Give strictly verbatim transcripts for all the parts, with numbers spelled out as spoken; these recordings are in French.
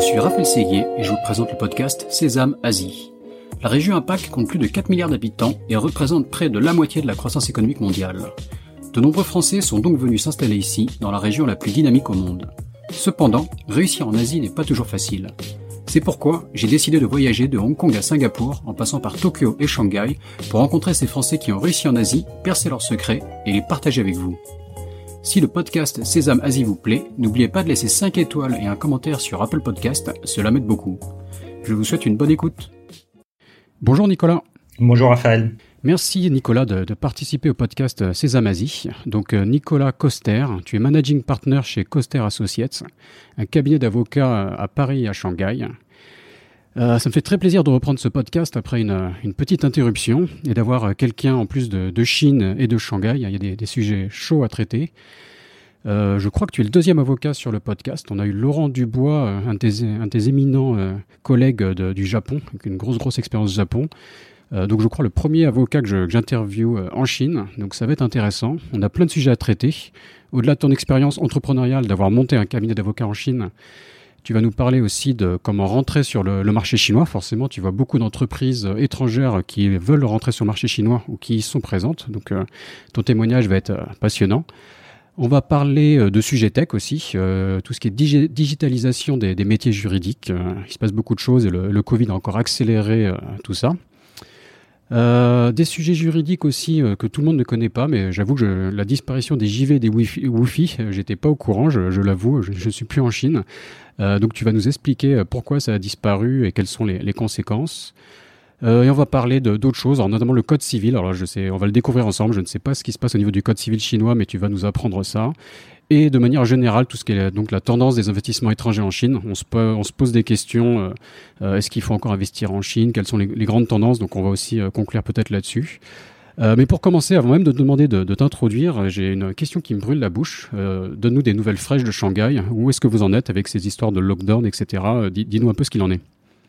suis Raphaël Séguier et je vous présente le podcast Sésame Asie. La région A PAC compte plus de quatre milliards d'habitants et représente près de la moitié de la croissance économique mondiale. De nombreux Français sont donc venus s'installer ici, dans la région la plus dynamique au monde. Cependant, réussir en Asie n'est pas toujours facile. C'est pourquoi j'ai décidé de voyager de Hong Kong à Singapour, en passant par Tokyo et Shanghai, pour rencontrer ces Français qui ont réussi en Asie, percer leurs secrets et les partager avec vous. Si le podcast Sésame Asie vous plaît, n'oubliez pas de laisser cinq étoiles et un commentaire sur Apple Podcast, cela m'aide beaucoup. Je vous souhaite une bonne écoute. Bonjour Nicolas. Bonjour Raphaël. Merci Nicolas de, de participer au podcast Sésame Asie. Donc Nicolas Coster, tu es Managing Partner chez Coster Associates, un cabinet d'avocats à Paris et à Shanghai. Euh, ça me fait très plaisir de reprendre ce podcast après une, une petite interruption et d'avoir quelqu'un en plus de, de Chine et de Shanghai. Il y a des, des sujets chauds à traiter. Euh, je crois que tu es le deuxième avocat sur le podcast. On a eu Laurent Dubois, un de tes, un de tes éminents euh, collègues de, du Japon, avec une grosse grosse expérience au Japon. Euh, donc je crois le premier avocat que, je, que j'interviewe euh, en Chine. Donc ça va être intéressant. On a plein de sujets à traiter. Au-delà de ton expérience entrepreneuriale d'avoir monté un cabinet d'avocats en Chine, tu vas nous parler aussi de comment rentrer sur le, le marché chinois. Forcément, tu vois beaucoup d'entreprises étrangères qui veulent rentrer sur le marché chinois ou qui y sont présentes. Donc, euh, ton témoignage va être euh, passionnant. On va parler euh, de sujets tech aussi, euh, tout ce qui est digi- digitalisation des, des métiers juridiques. Euh, il se passe beaucoup de choses et le, le Covid a encore accéléré euh, tout ça. Euh, des sujets juridiques aussi euh, que tout le monde ne connaît pas, mais j'avoue que je, la disparition des J V et des Wi-Fi, Wi-Fi euh, j'étais pas au courant, je, je l'avoue, je ne suis plus en Chine. Euh, donc tu vas nous expliquer pourquoi ça a disparu et quelles sont les, les conséquences. Euh, et on va parler de, d'autres choses, alors notamment le code civil. Alors je sais, on va le découvrir ensemble, je ne sais pas ce qui se passe au niveau du code civil chinois, mais tu vas nous apprendre ça. Et de manière générale, tout ce qui est donc la tendance des investissements étrangers en Chine. On se, on se pose des questions. Euh, est-ce qu'il faut encore investir en Chine? Quelles sont les, les grandes tendances? Donc, on va aussi euh, conclure peut-être là-dessus. Euh, mais pour commencer, avant même de te demander de, de t'introduire, j'ai une question qui me brûle la bouche. Euh, donne-nous des nouvelles fraîches de Shanghai. Où est-ce que vous en êtes avec ces histoires de lockdown, et cetera. Dis, dis-nous un peu ce qu'il en est.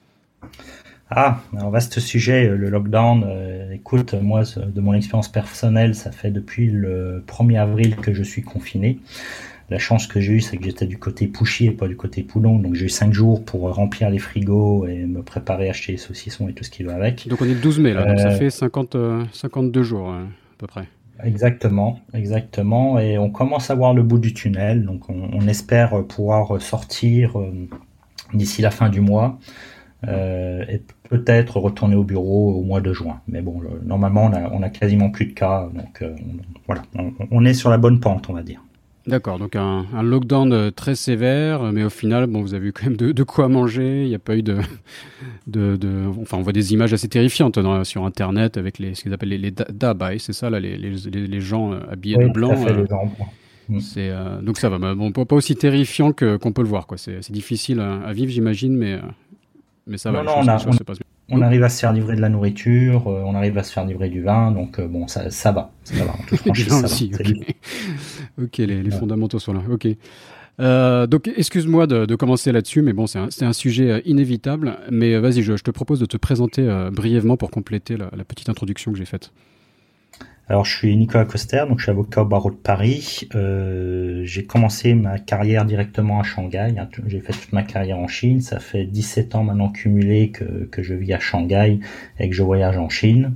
Ah, un vaste sujet, le lockdown. Euh, écoute, moi, de mon expérience personnelle, ça fait depuis le premier avril que je suis confiné. La chance que j'ai eue, c'est que j'étais du côté Pouchy et pas du côté Poulon. Donc j'ai eu cinq jours pour remplir les frigos et me préparer à acheter les saucissons et tout ce qui va avec. Donc on est le douze mai, là. Euh, donc ça fait cinquante, euh, cinquante-deux jours, euh, à peu près. Exactement, exactement. Et on commence à voir le bout du tunnel. Donc on, on espère pouvoir sortir euh, d'ici la fin du mois. Euh, et peut-être retourner au bureau au mois de juin. Mais bon, le, normalement, on a, on a quasiment plus de cas. Donc euh, on, voilà, on, on est sur la bonne pente, on va dire. D'accord, donc un, un lockdown très sévère, mais au final, bon, vous avez eu quand même de, de quoi manger. Il n'y a pas eu de, de, de, enfin, on voit des images assez terrifiantes dans, sur Internet avec les, ce qu'ils appellent les, les dabai, c'est ça, là, les, les, les gens habillés oui, de blanc. Tout à fait, euh, les gens. Mm. C'est, euh, donc ça va, bon, pas aussi terrifiant que, qu'on peut le voir, quoi. C'est, c'est difficile à, à vivre, j'imagine, mais, mais ça va. Non, non, on, a, on, on arrive à se faire livrer de la nourriture, euh, on arrive à se faire livrer du vin, donc euh, bon, ça, ça va, ça va, en toute franchise, ça aussi, va. Ok, okay les, les ouais. fondamentaux sont là, ok. Euh, donc, excuse-moi de, de commencer là-dessus, mais bon, c'est un, c'est un sujet inévitable, mais vas-y, je, je te propose de te présenter euh, brièvement pour compléter la, la petite introduction que j'ai faite. Alors, je suis Nicolas Coster, donc je suis avocat au barreau de Paris. Euh, j'ai commencé ma carrière directement à Shanghai. J'ai fait toute ma carrière en Chine. Ça fait dix-sept ans maintenant cumulé que, que je vis à Shanghai et que je voyage en Chine.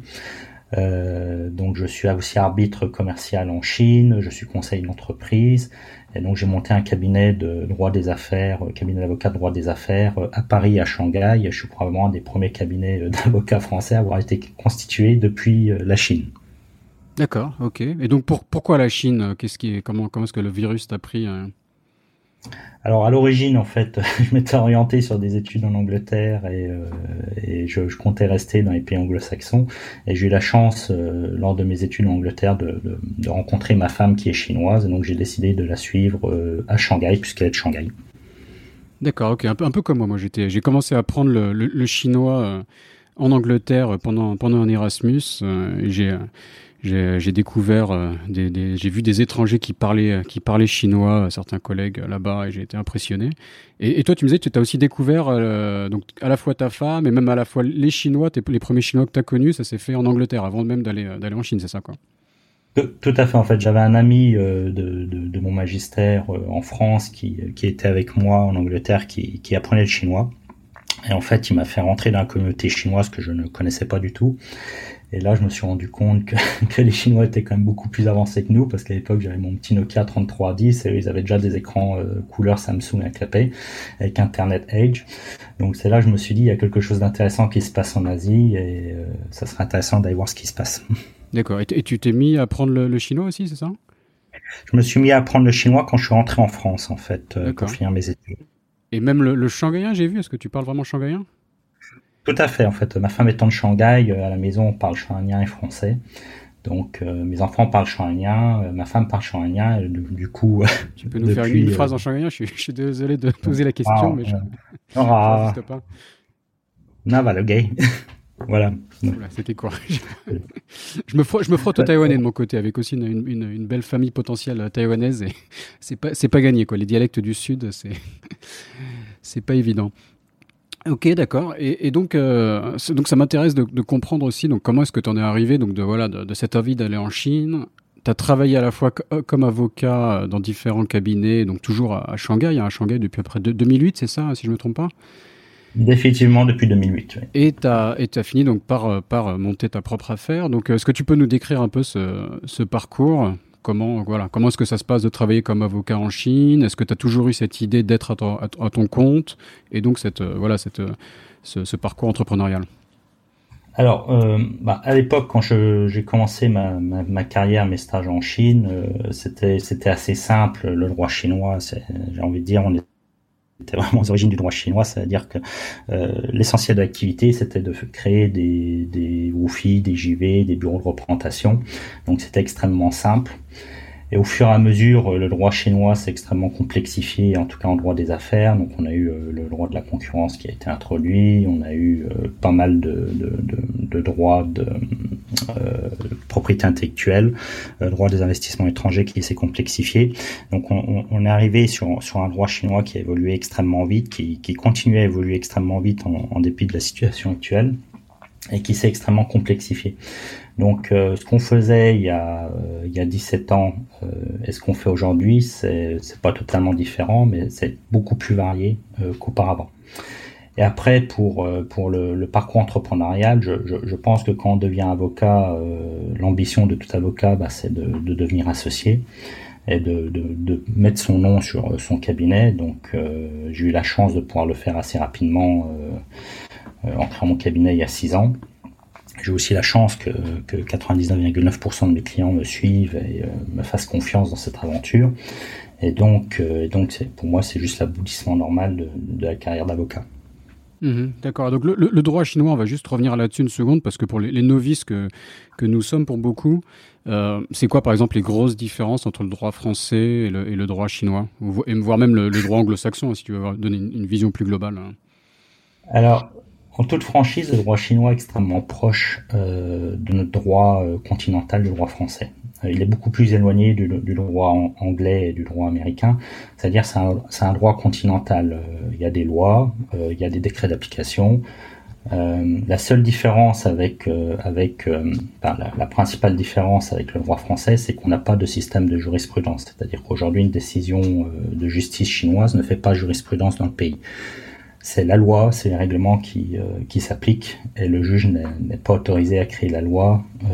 Euh, donc, je suis aussi arbitre commercial en Chine. Je suis conseiller d'entreprise. Et donc, j'ai monté un cabinet de droit des affaires, cabinet d'avocats de droit des affaires à Paris et à Shanghai. Je suis probablement un des premiers cabinets d'avocats français à avoir été constitué depuis la Chine. D'accord, ok. Et donc pour, pourquoi la Chine? Qu'est-ce qui est, comment, comment est-ce que le virus t'a pris euh... Alors à l'origine, en fait, je m'étais orienté sur des études en Angleterre et, euh, et je, je comptais rester dans les pays anglo-saxons. Et j'ai eu la chance, euh, lors de mes études en Angleterre, de, de, de rencontrer ma femme qui est chinoise. Et donc j'ai décidé de la suivre euh, à Shanghai, puisqu'elle est de Shanghai. D'accord, ok. Un peu, un peu comme moi. Moi, j'étais, j'ai commencé à apprendre le, le, le chinois euh, en Angleterre pendant, pendant un Erasmus. Euh, et j'ai... Euh, J'ai, j'ai découvert, euh, des, des, j'ai vu des étrangers qui parlaient, qui parlaient chinois, certains collègues là-bas, et j'ai été impressionné. Et, et toi, tu me disais que tu as aussi découvert euh, donc à la fois ta femme et même à la fois les Chinois, les premiers Chinois que tu as connus, ça s'est fait en Angleterre avant même d'aller, d'aller en Chine, c'est ça, quoi? Tout tout à fait. En fait, j'avais un ami euh, de, de, de mon magistère euh, en France qui, qui était avec moi en Angleterre, qui, qui apprenait le chinois. Et en fait, il m'a fait rentrer dans la communauté chinoise que je ne connaissais pas du tout. Et là, je me suis rendu compte que, que les Chinois étaient quand même beaucoup plus avancés que nous, parce qu'à l'époque, j'avais mon petit Nokia trente-trois dix et ils avaient déjà des écrans euh, couleur Samsung à clapet, avec Internet Edge. Donc c'est là que je me suis dit, il y a quelque chose d'intéressant qui se passe en Asie et euh, ça serait intéressant d'aller voir ce qui se passe. D'accord. Et, t- et tu t'es mis à apprendre le, le chinois aussi, c'est ça? Je me suis mis à apprendre le chinois quand je suis rentré en France, en fait, euh, pour D'accord. finir mes études. Et même le, le shanghaïen, j'ai vu. Est-ce que tu parles vraiment shanghaïen? Tout à fait, en fait. Ma femme étant de Shanghai, euh, à la maison, on parle shanghaïen et français. Donc, euh, mes enfants parlent shanghaïen, euh, ma femme parle shanghaïen, et du, du coup, Tu peux nous faire une, une depuis... Euh, phrase en shanghaïen? je suis, je suis désolé de poser la question, ah, mais je euh, n'insiste pas. Navalogay. Voilà. Oula, c'était courageux. je me frotte, je me frotte au taïwanais de mon côté, avec aussi une, une, une belle famille potentielle taïwanaise, et c'est pas, c'est pas gagné, quoi. Les dialectes du sud, c'est, c'est pas évident. Ok, d'accord. Et, et donc, euh, c'est- donc ça m'intéresse de, de comprendre aussi. Donc, comment est-ce que tu en es arrivé donc de voilà de, de cette envie d'aller en Chine. Tu as travaillé à la fois co- comme avocat euh, dans différents cabinets, donc toujours à, à Shanghai, hein, à Shanghai depuis après deux mille huit, c'est ça, si je me trompe pas. Définitivement depuis deux mille huit. Oui. Et tu as, et t'as fini donc par, euh, par euh, monter ta propre affaire. Donc, euh, est-ce que tu peux nous décrire un peu ce, ce parcours? Comment, voilà, comment est-ce que ça se passe de travailler comme avocat en Chine? Est-ce que tu as toujours eu cette idée d'être à ton, à ton- à ton compte? Et donc, cette, euh, voilà, cette, euh, ce, ce parcours entrepreneurial. Alors, euh, bah, à l'époque, quand je, j'ai commencé ma, ma, ma carrière, mes stages en Chine, euh, c'était, c'était assez simple. Le droit chinois, c'est, j'ai envie de dire, on était vraiment aux origines du droit chinois, c'est-à-dire que euh, l'essentiel de l'activité, c'était de créer des, des W U F I, des J V, des bureaux de représentation. Donc, c'était extrêmement simple. Et au fur et à mesure, le droit chinois s'est extrêmement complexifié, en tout cas en droit des affaires. Donc on a eu euh, le droit de la concurrence qui a été introduit, on a eu euh, pas mal de, de, de, de droits de euh, propriété intellectuelle, euh, droit des investissements étrangers qui s'est complexifié. Donc on, on est arrivé sur, sur un droit chinois qui a évolué extrêmement vite, qui, qui continue à évoluer extrêmement vite en, en dépit de la situation actuelle et qui s'est extrêmement complexifié. Donc, euh, ce qu'on faisait il y a euh, il y a dix-sept ans euh, et ce qu'on fait aujourd'hui, c'est c'est pas totalement différent, mais c'est beaucoup plus varié euh, qu'auparavant. Et après, pour euh, pour le, le parcours entrepreneurial, je, je, je pense que quand on devient avocat, euh, l'ambition de tout avocat, bah, c'est de, de devenir associé et de, de, de mettre son nom sur son cabinet. Donc, euh, j'ai eu la chance de pouvoir le faire assez rapidement, euh, euh, en créant mon cabinet il y a six ans. J'ai aussi la chance que, que quatre-vingt-dix-neuf virgule neuf pour cent de mes clients me suivent et euh, me fassent confiance dans cette aventure. Et donc, euh, donc c'est, pour moi, c'est juste l'aboutissement normal de, de la carrière d'avocat. Mhm, d'accord. Donc le, le- le droit chinois, on va juste revenir là-dessus une seconde, parce que pour les, les novices que, que nous sommes pour beaucoup, euh, c'est quoi par exemple les grosses différences entre le droit français et le, et le droit chinois, ou vo- et voire même le, le droit anglo-saxon, si tu veux avoir- donner une, une vision plus globale, hein. Alors, en toute franchise, le droit chinois est extrêmement proche euh, de notre droit euh, continental, du droit français. Euh, il est beaucoup plus éloigné du, du droit en- anglais et du droit américain, c'est-à-dire c'est un, c'est un droit continental. Euh, il y a des lois, euh, il y a des décrets d'application. Euh, la seule différence avec, euh, avec euh, enfin, la, la principale différence avec le droit français, c'est qu'on n'a pas de système de jurisprudence. C'est-à-dire qu'aujourd'hui, une décision euh, de justice chinoise ne fait pas jurisprudence dans le pays. C'est la loi, c'est les règlements qui, euh, qui s'appliquent et le juge n'est, n'est pas autorisé à créer la loi euh,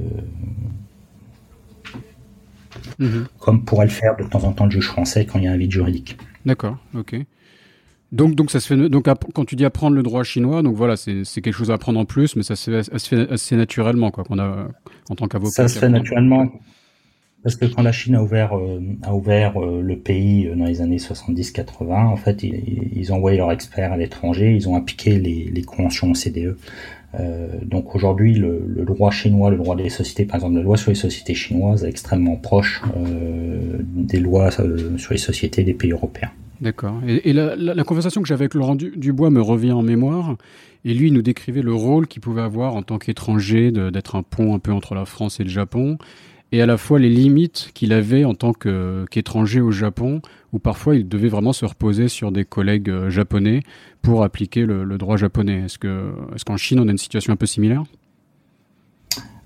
Mhm. comme pourrait le faire de temps en temps le juge français quand il y a un vide juridique. D'accord, ok. Donc, donc ça se fait. Donc, app- quand tu dis apprendre le droit chinois, donc voilà, c'est c'est quelque chose à apprendre en plus, mais ça se fait, ça se fait assez naturellement, quoi, qu'on a en tant qu'avocat Ça se qui fait apprend. naturellement parce que quand la Chine a ouvert, euh, a ouvert euh, le pays euh, dans les années soixante-dix quatre-vingts, en fait, ils, ils ont envoyé leurs experts à l'étranger, ils ont appliqué les, les conventions O C D E. Euh, donc aujourd'hui, le, le droit chinois, le droit des sociétés, par exemple, la loi sur les sociétés chinoises est extrêmement proche euh, des lois euh, sur les sociétés des pays européens. D'accord. Et, et la, la- la conversation que j'avais avec Laurent Du- Dubois me revient en mémoire. Et lui, il nous décrivait le rôle qu'il pouvait avoir en tant qu'étranger, de- d'être un pont un peu entre la France et le Japon, et à la fois les limites qu'il avait en tant que- qu'étranger au Japon, où parfois il devait vraiment se reposer sur des collègues euh, japonais pour appliquer le, le droit japonais. Est-ce que, est-ce qu'en Chine, on a une situation un peu similaire?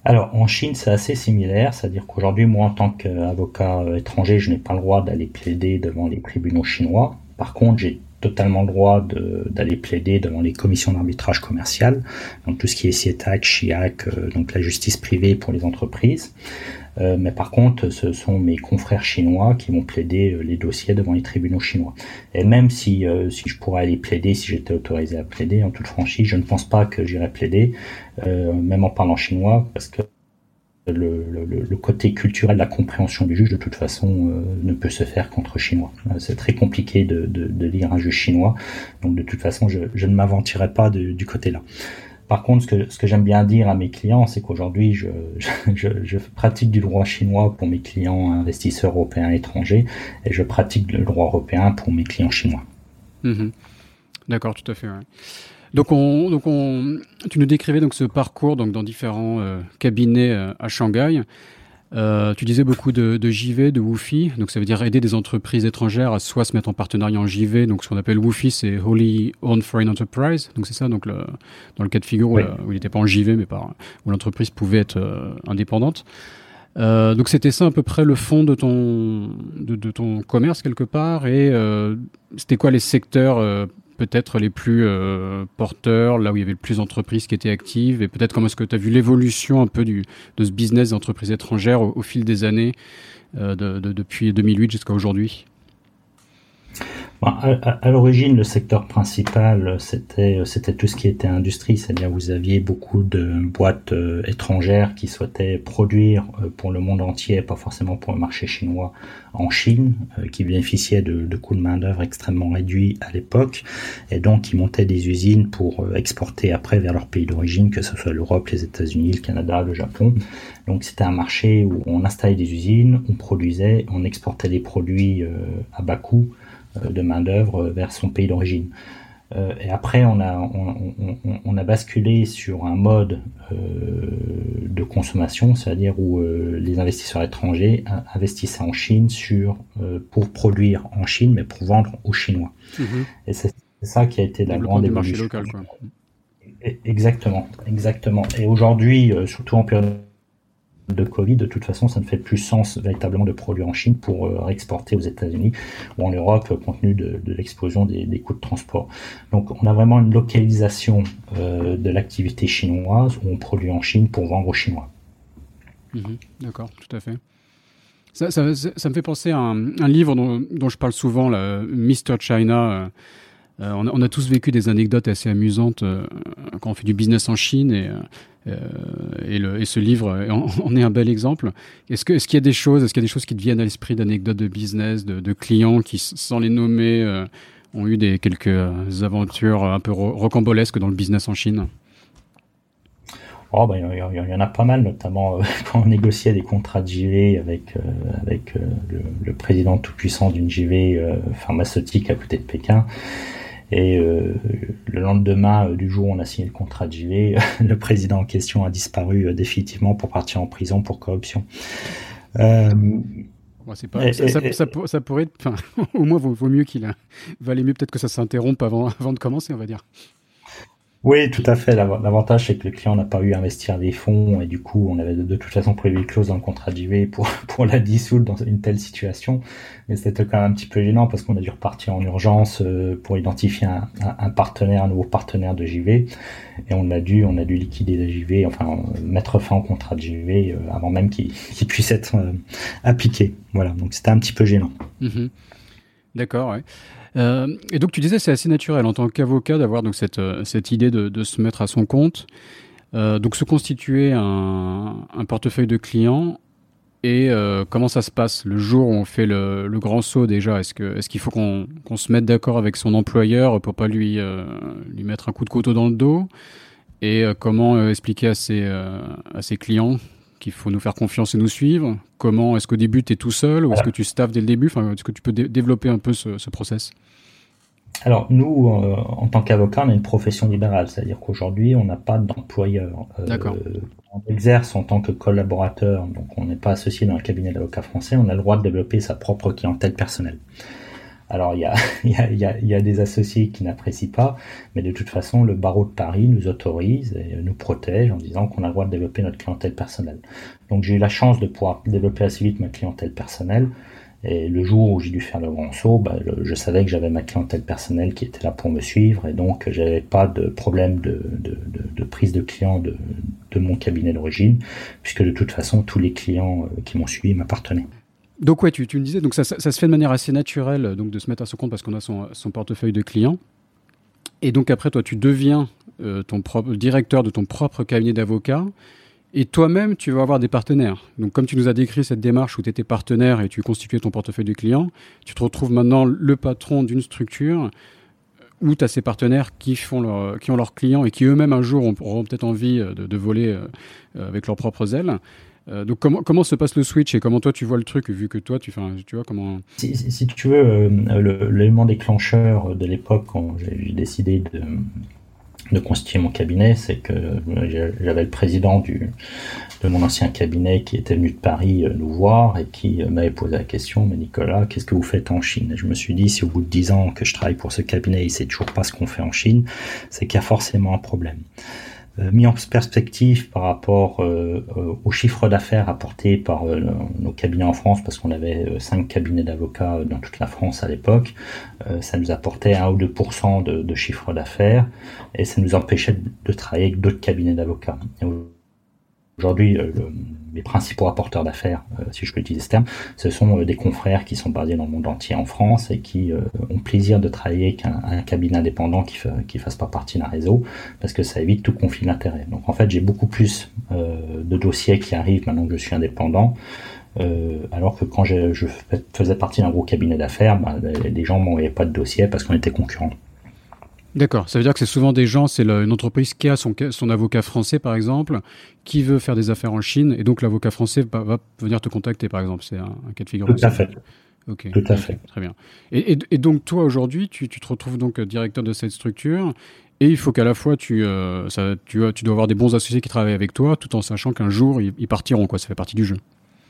Alors, en Chine, c'est assez similaire, c'est-à-dire qu'aujourd'hui, moi, en tant qu'avocat étranger, je n'ai pas le droit d'aller plaider devant les tribunaux chinois. Par contre, j'ai totalement le droit de, d'aller plaider devant les commissions d'arbitrage commercial, donc tout ce qui est C I E T A C, C H I A C, euh, donc la justice privée pour les entreprises. Euh, mais par contre, ce sont mes confrères chinois qui vont plaider euh, les dossiers devant les tribunaux chinois. Et même si, euh, si je pourrais aller plaider, si j'étais autorisé à plaider, en toute franchise, je ne pense pas que j'irais plaider, euh, même en parlant chinois, parce que Le, le, le côté culturel, la compréhension du juge, de toute façon, euh, ne peut se faire qu'entre Chinois. Euh, c'est très compliqué de, de, de lire un juge chinois, donc de toute façon, je, je ne m'aventurerai pas de, du côté-là. Par contre, ce que, ce que j'aime bien dire à mes clients, c'est qu'aujourd'hui, je, je, je pratique du droit chinois pour mes clients investisseurs européens et étrangers, et je pratique le droit européen pour mes clients chinois. Mmh. D'accord, tout à fait. Ouais. Donc, on, donc on, tu nous décrivais donc ce parcours donc dans différents euh, cabinets euh, à Shanghai. Euh, tu disais beaucoup de, de J V, de WOFI, donc ça veut dire aider des entreprises étrangères à soit se mettre en partenariat en J V, donc ce qu'on appelle WOFI, c'est Wholly Owned Foreign Enterprise, donc c'est ça, donc le, dans le cas de figure où, Oui. la, où il n'était pas en J V, mais par, où l'entreprise pouvait être euh, indépendante. Euh, donc c'était ça à peu près le fond de ton, de, de ton commerce quelque part, et euh, c'était quoi les secteurs euh, peut-être les plus euh, porteurs, là où il y avait le plus d'entreprises qui étaient actives, et peut-être comment est-ce que tu as vu l'évolution un peu du, de ce business d'entreprises étrangères au, au fil des années, euh, de, de, depuis deux mille huit jusqu'à aujourd'hui? Bon, à, à, à l'origine, le secteur principal, c'était, c'était tout ce qui était industrie, c'est-à-dire vous aviez beaucoup de boîtes euh, étrangères qui souhaitaient produire euh, pour le monde entier, pas forcément pour le marché chinois, en Chine, euh, qui bénéficiaient de, de coûts de main-d'œuvre extrêmement réduits à l'époque, et donc qui montaient des usines pour euh, exporter après vers leur pays d'origine, que ce soit l'Europe, les États-Unis, le Canada, le Japon. Donc c'était un marché où on installait des usines, on produisait, on exportait les produits euh, à bas coût de main-d'œuvre vers son pays d'origine. Euh, et après, on a, on, on, on a basculé sur un mode euh, de consommation, c'est-à-dire où euh, les investisseurs étrangers investissaient en Chine sur, euh, pour produire en Chine, mais pour vendre aux Chinois. Mmh. Et c'est, c'est ça qui a été la grande évolution. Marché local, quoi. Exactement, exactement. Et aujourd'hui, euh, surtout en période de Covid, de toute façon, ça ne fait plus sens véritablement de produire en Chine pour euh, exporter aux États-Unis ou en Europe, euh, compte tenu de, de l'explosion des, des coûts de transport. Donc, on a vraiment une localisation euh, de l'activité chinoise où on produit en Chine pour vendre aux Chinois. Mmh, d'accord, tout à fait. Ça, ça, ça me fait penser à un, un livre dont, dont je parle souvent, là, mister China. Euh, on, a, on a tous vécu des anecdotes assez amusantes euh, quand on fait du business en Chine, et, euh, et, le, et ce livre en, en est un bel exemple. Est-ce, que, est-ce qu'il y a des choses, est-ce qu'il y a des choses qui te viennent à l'esprit d'anecdotes de business, de, de clients qui, sans les nommer, euh, ont eu des, quelques aventures un peu ro- rocambolesques dans le business en Chine? Oh, ben, il, y, il y en a pas mal, notamment euh, quand on négociait des contrats de J V avec, euh, avec euh, le, le président tout-puissant d'une J V euh, pharmaceutique à côté de Pékin. Et euh, le lendemain euh, du jour où on a signé le contrat de J V, le président en question a disparu euh, définitivement pour partir en prison pour corruption. Euh, bon, c'est pas, et, ça, et, ça, ça, ça pourrait être, enfin, au moins vaut, vaut mieux qu'il a, valait mieux peut-être que ça s'interrompe avant, avant de commencer, on va dire. Oui, tout à fait. L'avantage, c'est que le client n'a pas eu à investir des fonds et du coup, on avait de, de toute façon prévu une clause dans le contrat de J V pour, pour la dissoudre dans une telle situation. Mais c'était quand même un petit peu gênant parce qu'on a dû repartir en urgence pour identifier un, un, un partenaire, un nouveau partenaire de J V. Et on a dû, on a dû liquider la J V, enfin, mettre fin au contrat de J V avant même qu'il, qu'il puisse être appliqué. Voilà. Donc, c'était un petit peu gênant. Mmh. D'accord, ouais. Euh, et donc tu disais c'est assez naturel en tant qu'avocat d'avoir donc cette cette idée de, de se mettre à son compte, euh, donc se constituer un, un portefeuille de clients. Et euh, comment ça se passe le jour où on fait le, le grand saut déjà? Est-ce que est-ce qu'il faut qu'on qu'on se mette d'accord avec son employeur pour pas lui euh, lui mettre un coup de couteau dans le dos? Et euh, comment euh, expliquer à ses euh, à ses clients qu'il faut nous faire confiance et nous suivre? Comment est-ce qu'au début tu es tout seul ou est-ce que tu staffes dès le début? Enfin, est-ce que tu peux dé- développer un peu ce, ce process? Alors nous, euh, en tant qu'avocat, on a une profession libérale, c'est-à-dire qu'aujourd'hui, on n'a pas d'employeur. Euh, D'accord. On exerce en tant que collaborateur, donc on n'est pas associé dans un cabinet d'avocats français, on a le droit de développer sa propre clientèle personnelle. Alors, il y a, il y, a, il y, a, il y a des associés qui n'apprécient pas, mais de toute façon, le barreau de Paris nous autorise et nous protège en disant qu'on a le droit de développer notre clientèle personnelle. Donc, j'ai eu la chance de pouvoir développer assez vite ma clientèle personnelle. Et le jour où j'ai dû faire le grand saut, bah, le, je savais que j'avais ma clientèle personnelle qui était là pour me suivre, et donc j'avais pas de problème de, de, de, de prise de clients de, de mon cabinet d'origine, puisque de toute façon, tous les clients qui m'ont suivi m'appartenaient. Donc ouais, tu, tu me disais, donc ça, ça, ça se fait de manière assez naturelle, donc de se mettre à son compte parce qu'on a son, son portefeuille de clients. Et donc après, toi, tu deviens euh, ton propre directeur de ton propre cabinet d'avocat. Et toi-même, tu vas avoir des partenaires. Donc, comme tu nous as décrit cette démarche où tu étais partenaire et tu constituais ton portefeuille de clients, tu te retrouves maintenant le patron d'une structure où tu as ces partenaires qui, font leur, qui ont leurs clients et qui eux-mêmes un jour auront peut-être envie de, de voler euh, avec leurs propres ailes. Euh, donc, comment, comment se passe le switch et comment toi tu vois le truc, vu que toi, tu, tu vois comment... Si, si, si tu veux, euh, le, l'élément déclencheur de l'époque quand j'ai, j'ai décidé de... de constituer mon cabinet, c'est que j'avais le président du, de mon ancien cabinet qui était venu de Paris nous voir et qui m'avait posé la question, mais Nicolas, qu'est-ce que vous faites en Chine? Et je me suis dit, si au bout de dix ans que je travaille pour ce cabinet, il sait toujours pas ce qu'on fait en Chine, c'est qu'il y a forcément un problème. Euh, mis en perspective par rapport euh, au chiffre d'affaires apporté par euh, nos cabinets en France, parce qu'on avait euh, cinq cabinets d'avocats dans toute la France à l'époque, euh, ça nous apportait un ou deux pour cent de, de chiffre d'affaires et ça nous empêchait de, de travailler avec d'autres cabinets d'avocats. Et aujourd'hui, euh, le, les principaux apporteurs d'affaires, euh, si je peux utiliser ce terme, ce sont euh, des confrères qui sont basés dans le monde entier en France et qui euh, ont plaisir de travailler avec un, un cabinet indépendant qui ne qui fasse pas partie d'un réseau, parce que ça évite tout conflit d'intérêt. Donc en fait, j'ai beaucoup plus euh, de dossiers qui arrivent maintenant que je suis indépendant, euh, alors que quand je, je faisais partie d'un gros cabinet d'affaires, bah, les, les gens ne m'envoyaient pas de dossiers parce qu'on était concurrents. D'accord, ça veut dire que c'est souvent des gens, c'est le, une entreprise qui a son, son avocat français par exemple, qui veut faire des affaires en Chine, et donc l'avocat français va, va venir te contacter par exemple, c'est un, un cas de figure. Tout à fait. Okay. Tout à fait. Très bien. Et, et, et donc toi aujourd'hui, tu, tu te retrouves donc directeur de cette structure, et il faut qu'à la fois tu, euh, ça, tu, tu dois avoir des bons associés qui travaillent avec toi, tout en sachant qu'un jour ils, ils partiront, quoi. Ça fait partie du jeu.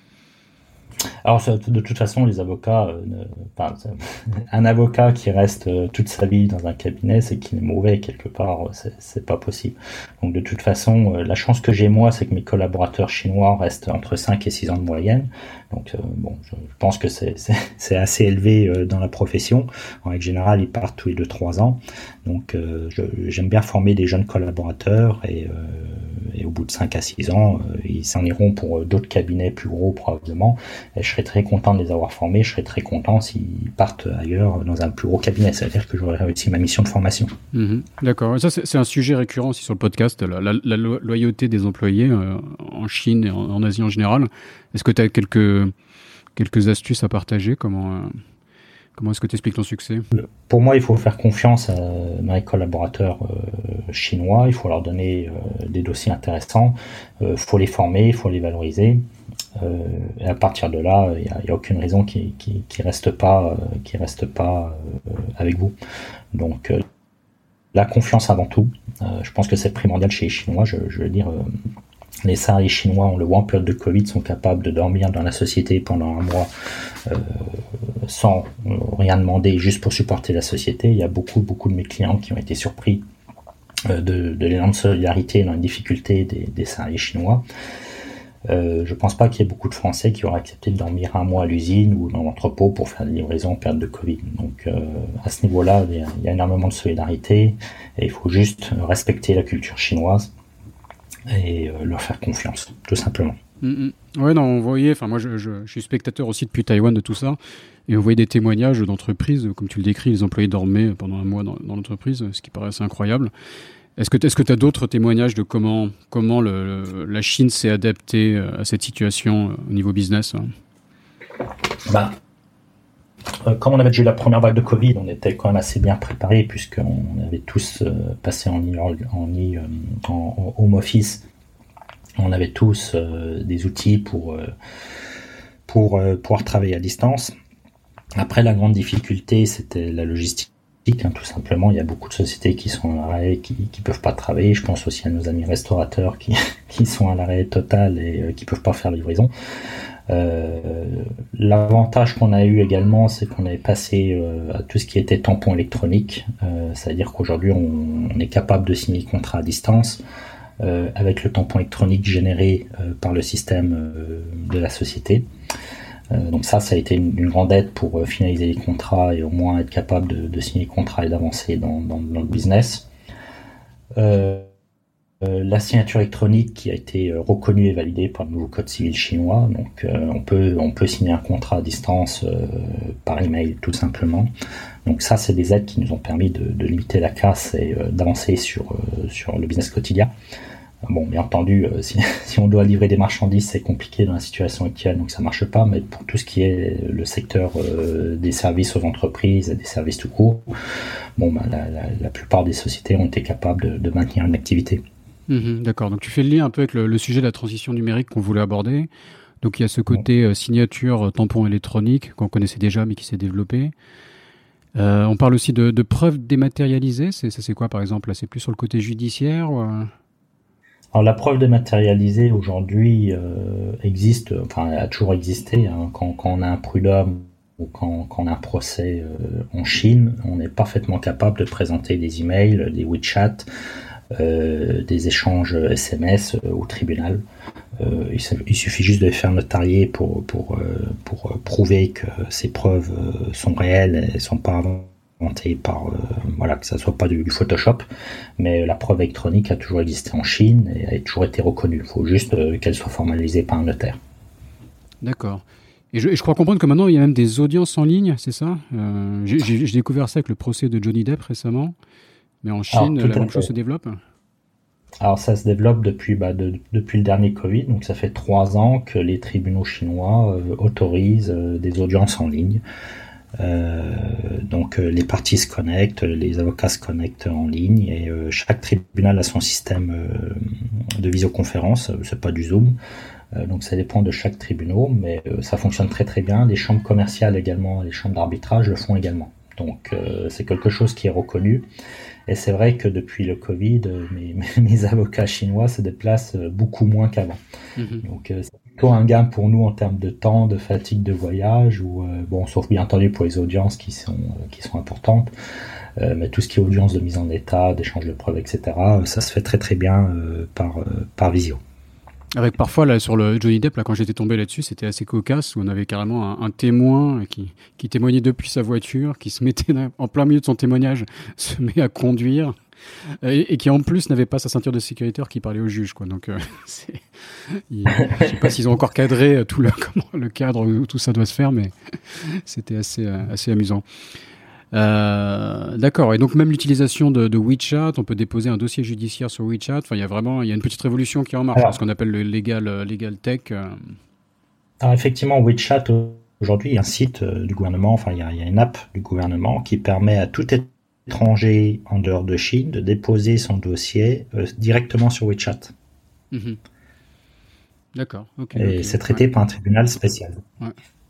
Alors de toute façon, les avocats, euh, ne, enfin, un avocat qui reste euh, toute sa vie dans un cabinet, c'est qu'il est mauvais quelque part, c'est, c'est pas possible. Donc de toute façon, euh, la chance que j'ai moi, c'est que mes collaborateurs chinois restent entre cinq et six ans de moyenne. Donc euh, bon, je pense que c'est, c'est, c'est assez élevé euh, dans la profession. En règle générale, ils partent tous les deux trois ans. Donc euh, je, j'aime bien former des jeunes collaborateurs et, euh, et au bout de cinq à six ans, euh, ils s'en iront pour d'autres cabinets plus gros probablement. Et je serais très content de les avoir formés, je serais très content s'ils partent ailleurs dans un plus gros cabinet. C'est-à-dire que j'aurais réussi ma mission de formation. Mmh, d'accord. Ça, c'est, c'est un sujet récurrent aussi sur le podcast, la, la, la loyauté des employés euh, en Chine et en, en Asie en général. Est-ce que tu as quelques, quelques astuces à partager? Comment, euh, comment est-ce que tu expliques ton succès? Pour moi, il faut faire confiance à mes collaborateurs euh, chinois. Il faut leur donner euh, des dossiers intéressants. Il euh, faut les former, il faut les valoriser. Euh, et à partir de là, il n'y a, a aucune raison qui qui, qui reste pas, euh, qui reste pas euh, avec vous. Donc euh, la confiance avant tout. Euh, je pense que c'est primordial chez les Chinois. Je, je veux dire, euh, les salariés chinois, on le voit en période de Covid, sont capables de dormir dans la société pendant un mois euh, sans rien demander, juste pour supporter la société. Il y a beaucoup, beaucoup de mes clients qui ont été surpris euh, de, de l'énorme solidarité dans les difficultés des, des salariés chinois. Euh, je pense pas qu'il y ait beaucoup de Français qui auraient accepté de dormir un mois à l'usine ou dans l'entrepôt pour faire des livraisons en période de Covid. Donc euh, à ce niveau-là, il y, a, il y a énormément de solidarité et il faut juste respecter la culture chinoise et euh, leur faire confiance, tout simplement. Mmh, mmh. Ouais, non, on voyait, enfin moi je, je, je suis spectateur aussi depuis Taïwan de tout ça, et on voyait des témoignages d'entreprises, comme tu le décris, les employés dormaient pendant un mois dans, dans l'entreprise, ce qui paraît assez incroyable. Est-ce que tu as d'autres témoignages de comment, comment le, le, la Chine s'est adaptée à cette situation au niveau business? Bah, euh, comme on avait déjà eu la première vague de Covid, on était quand même assez bien préparés puisqu'on avait tous euh, passé en, en, en, en home office. On avait tous euh, des outils pour, euh, pour euh, pouvoir travailler à distance. Après, la grande difficulté, c'était la logistique. Hein, tout simplement, il y a beaucoup de sociétés qui sont à l'arrêt, qui qui peuvent pas travailler. Je pense aussi à nos amis restaurateurs qui qui sont à l'arrêt total et euh, qui peuvent pas faire livraison. Euh, l'avantage qu'on a eu également, c'est qu'on est passé euh, à tout ce qui était tampon électronique, euh, c'est-à-dire qu'aujourd'hui on, on est capable de signer le contrat à distance euh, avec le tampon électronique généré euh, par le système euh, de la société. Euh, donc ça, ça a été une, une grande aide pour euh, finaliser les contrats et au moins être capable de, de signer les contrats et d'avancer dans, dans, dans le business. Euh, Euh, la signature électronique qui a été euh, reconnue et validée par le nouveau code civil chinois. Donc euh, on peut on peut signer un contrat à distance euh, par email tout simplement. Donc ça, c'est des aides qui nous ont permis de, de limiter la casse et euh, d'avancer sur euh, sur le business quotidien. Bon, bien entendu, euh, si, si on doit livrer des marchandises, c'est compliqué dans la situation actuelle, donc ça marche pas. Mais pour tout ce qui est le secteur euh, des services aux entreprises et des services tout court, bon, bah, la, la, la plupart des sociétés ont été capables de, de maintenir une activité. Mmh, d'accord, donc tu fais le lien un peu avec le, le sujet de la transition numérique qu'on voulait aborder. Donc il y a ce côté euh, signature, tampon électronique qu'on connaissait déjà mais qui s'est développé. Euh, on parle aussi de, de preuves dématérialisées. C'est, ça c'est quoi par exemple? Là, c'est plus sur le côté judiciaire ou, euh... Alors la preuve dématérialisée aujourd'hui euh, existe, enfin elle a toujours existé. Hein, quand, quand on a un prud'homme ou quand, quand on a un procès euh, en Chine, on est parfaitement capable de présenter des emails, des WeChat, Euh, des échanges S M S euh, au tribunal. Euh, il, il suffit juste de les faire notarier pour, pour, euh, pour prouver que ces preuves euh, sont réelles et sont pas inventées par, euh, voilà, que ça soit pas du, du Photoshop. Mais la preuve électronique a toujours existé en Chine et a toujours été reconnue. Il faut juste euh, qu'elle soit formalisée par un notaire. D'accord. Et je, et je crois comprendre que maintenant il y a même des audiences en ligne, c'est ça? euh, j'ai, j'ai, j'ai découvert ça avec le procès de Johnny Depp récemment. Mais en Chine, Alors, la même chose se développe? Alors ça se développe depuis, bah, de, depuis le dernier Covid, donc ça fait trois ans que les tribunaux chinois euh, autorisent euh, des audiences en ligne. Euh, donc euh, les parties se connectent, les avocats se connectent en ligne et euh, chaque tribunal a son système euh, de visioconférence, c'est pas du Zoom. Euh, donc ça dépend de chaque tribunal, mais euh, ça fonctionne très très bien. Les chambres commerciales également, les chambres d'arbitrage le font également. Donc euh, c'est quelque chose qui est reconnu. Et c'est vrai que depuis le Covid, mes, mes avocats chinois se déplacent beaucoup moins qu'avant. Mmh. Donc euh, c'est plutôt un gain pour nous en termes de temps, de fatigue de voyage, ou euh, bon, sauf bien entendu pour les audiences qui sont euh, qui sont importantes. Euh, mais tout ce qui est audience de mise en état, d'échange de preuves, et cetera, ça se fait très très bien euh, par euh, par visio. Avec parfois, là, sur le Johnny Depp, là, quand j'étais tombé là-dessus, c'était assez cocasse, où on avait carrément un, un témoin qui, qui témoignait depuis sa voiture, qui se mettait en plein milieu de son témoignage, se met à conduire, et, et qui en plus n'avait pas sa ceinture de sécurité qui parlait au juge, quoi. Donc, euh, c'est, il, je sais pas s'ils ont encore cadré tout le, comment, le cadre où tout ça doit se faire, mais c'était assez, assez amusant. Euh, d'accord. Et donc même l'utilisation de, de WeChat, on peut déposer un dossier judiciaire sur WeChat. Enfin, il y a vraiment, il y a une petite révolution qui est en marche, alors, ce qu'on appelle le legal, legal tech. Alors effectivement, WeChat aujourd'hui, il y a un site du gouvernement, enfin il y a, il y a une app du gouvernement qui permet à tout étranger en dehors de Chine de déposer son dossier euh, directement sur WeChat. Mm-hmm. D'accord. Okay, et okay, c'est traité ouais. par un tribunal spécial. Ouais.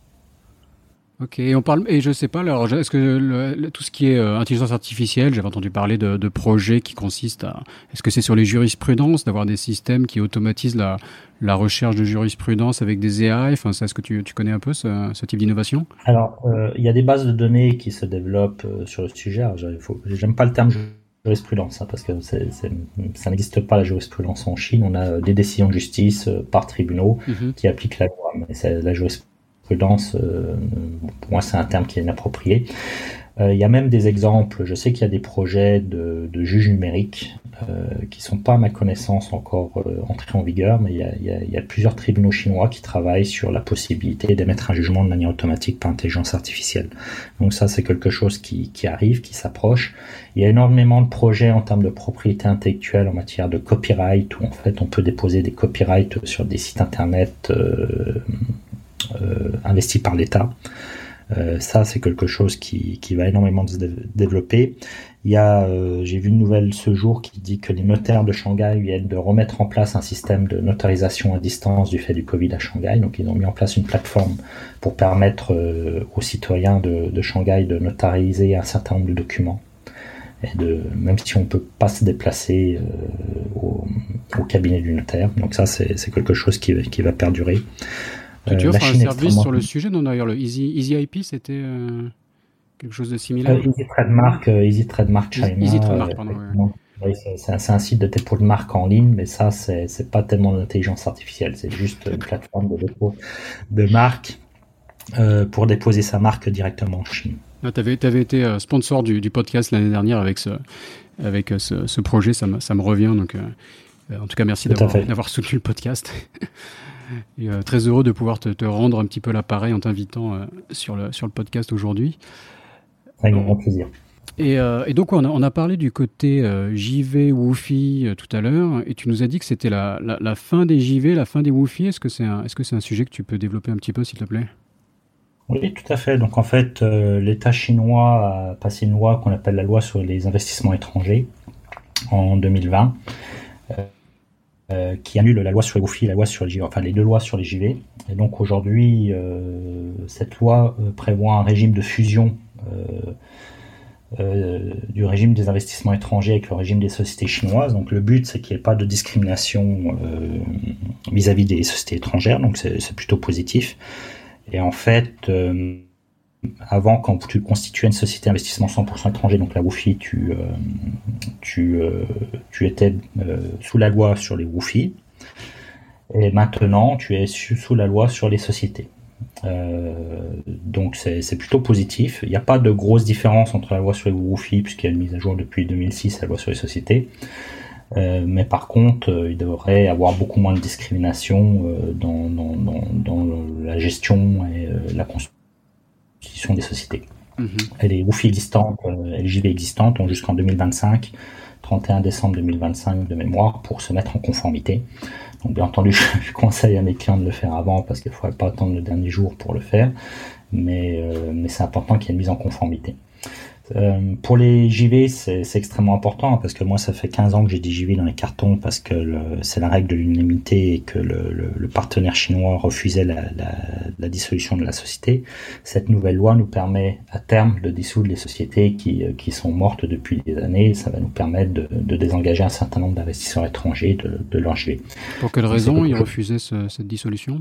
Ok, et on parle, et je sais pas, alors, est-ce que le, le, tout ce qui est euh, intelligence artificielle, j'avais entendu parler de, de projets qui consistent à, est-ce que c'est sur les jurisprudences, d'avoir des systèmes qui automatisent la, la recherche de jurisprudence avec des A I? Enfin, est-ce que tu, tu connais un peu ce, ce type d'innovation? Alors, euh, il y a des bases de données qui se développent euh, sur le sujet. Alors, faut, j'aime pas le terme jurisprudence, hein, parce que c'est, c'est, ça n'existe pas la jurisprudence en Chine. On a des décisions de justice euh, par tribunaux mm-hmm. qui appliquent la loi, mais c'est la jurisprudence. Prudence, euh, pour moi c'est un terme qui est inapproprié. Euh, il y a même des exemples, je sais qu'il y a des projets de, de juges numériques euh, qui sont pas à ma connaissance encore euh, entrés en vigueur, mais il y, a, il, y a, il y a plusieurs tribunaux chinois qui travaillent sur la possibilité d'émettre un jugement de manière automatique par intelligence artificielle. Donc ça c'est quelque chose qui, qui arrive, qui s'approche. Il y a énormément de projets en termes de propriété intellectuelle en matière de copyright, où en fait on peut déposer des copyrights sur des sites internet euh, Euh, investi par l'État. Euh, ça, c'est quelque chose qui, qui va énormément se dé- développer. Il y a, euh, j'ai vu une nouvelle ce jour qui dit que les notaires de Shanghai viennent de remettre en place un système de notarisation à distance du fait du Covid à Shanghai. Donc, ils ont mis en place une plateforme pour permettre euh, aux citoyens de, de Shanghai de notariser un certain nombre de documents. Et de, même si on ne peut pas se déplacer euh, au, au cabinet du notaire. Donc ça, c'est, c'est quelque chose qui, qui va perdurer. Tu, tu Euh, la offres un Chine est service extrêmement... sur le sujet, non d'ailleurs, le Easy, Easy I P, c'était euh, quelque chose de similaire. Euh, Easy Trademark, euh, Easy Trademark Easy, Easy China, Trademark, euh, pardon. Ouais. effectivement. Oui, c'est c'est un, c'est un site de dépôt de marque en ligne, mais ça, c'est c'est pas tellement de l'intelligence artificielle, c'est juste une D'accord. plateforme de dépôt de marque euh, pour déposer sa marque directement en Chine. Tu avais été euh, sponsor du, du podcast l'année dernière avec ce, avec euh, ce, ce projet, ça me, ça me revient. Donc, euh, euh, en tout cas, merci Tout à d'avoir fait. d'avoir soutenu le podcast. Et euh, très heureux de pouvoir te, te rendre un petit peu l'appareil en t'invitant euh, sur, le, sur le podcast aujourd'hui. Avec grand plaisir. Et, euh, et donc, on a, on a parlé du côté euh, J V, Woofy euh, tout à l'heure, et tu nous as dit que c'était la, la, la fin des J V, la fin des Woofy. Est-ce que c'est un, est-ce que c'est un sujet que tu peux développer un petit peu, s'il te plaît? Oui, tout à fait. Donc en fait, euh, l'État chinois a passé une loi qu'on appelle la loi sur les investissements étrangers en deux mille vingt, euh, euh, qui annule la loi sur les Woofy et la loi sur les J V, enfin les deux lois sur les J V. Et donc aujourd'hui, euh, cette loi euh, prévoit un régime de fusion euh, euh, du régime des investissements étrangers avec le régime des sociétés chinoises. Donc le but, c'est qu'il n'y ait pas de discrimination euh, vis-à-vis des sociétés étrangères, donc c'est c'est plutôt positif. Et en fait, euh, avant, quand tu constituais une société d'investissement cent pour cent étranger, donc la Woofy, tu, euh, tu, euh, tu étais euh, sous la loi sur les Woofy. Et maintenant, tu es sous la loi sur les sociétés. Euh, donc c'est c'est plutôt positif. Il n'y a pas de grosse différence entre la loi sur les Woofy, puisqu'il y a une mise à jour depuis deux mille six, la loi sur les sociétés. Euh, mais par contre, euh, il devrait y avoir beaucoup moins de discrimination euh, dans, dans, dans, dans la gestion et euh, la constitution des sociétés. Mm-hmm. Et les Woofy existantes, euh, et les J V existantes ont jusqu'en deux mille vingt-cinq, trente et un décembre deux mille vingt-cinq de mémoire, pour se mettre en conformité. Donc bien entendu, je conseille à mes clients de le faire avant, parce qu'il ne faudrait pas attendre le dernier jour pour le faire, mais, euh, mais c'est important qu'il y ait une mise en conformité. Euh, pour les J V, c'est extrêmement important, parce que moi, ça fait quinze ans que j'ai des J V dans les cartons, parce que c'est la règle de l'unanimité et que le, le, le partenaire chinois refusait la, la, la dissolution de la société. Cette nouvelle loi nous permet à terme de dissoudre les sociétés qui, qui sont mortes depuis des années. Ça va nous permettre de, de désengager un certain nombre d'investisseurs étrangers de, de leur J V. Pour quelle raison ils refusaient ce, cette dissolution?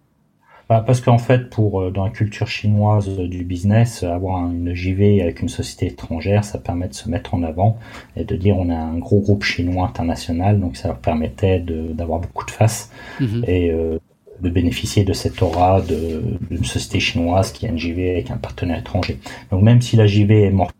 Parce qu'en fait, pour dans la culture chinoise du business, avoir une J V avec une société étrangère, ça permet de se mettre en avant et de dire on a un gros groupe chinois international, donc ça leur permettait d'avoir beaucoup de face mm-hmm. et euh, de bénéficier de cette aura d'une société chinoise qui a une J V avec un partenaire étranger. Donc même si la J V est morte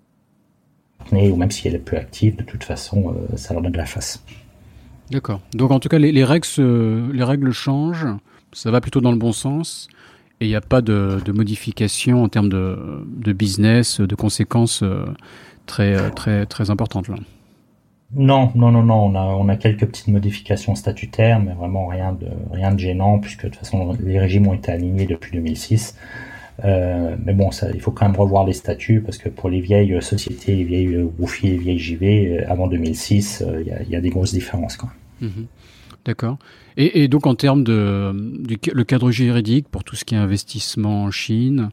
ou même si elle est peu active, de toute façon, euh, ça leur donne de la face. D'accord. Donc en tout cas, les, les, règles, se, les règles changent. Ça va plutôt dans le bon sens et il n'y a pas de, de modification en termes de, de business, de conséquences très, très, très importantes là. Non, non, non, non. On a, on a quelques petites modifications statutaires, mais vraiment rien de, rien de gênant, puisque de toute façon les régimes ont été alignés depuis deux mille six. Euh, mais bon, ça, il faut quand même revoir les statuts, parce que pour les vieilles sociétés, les vieilles Woofy, les vieilles J V, avant deux mille six, il y a, y a des grosses différences quand même. Mmh. D'accord. Et, et donc en termes de du, le cadre juridique pour tout ce qui est investissement en Chine,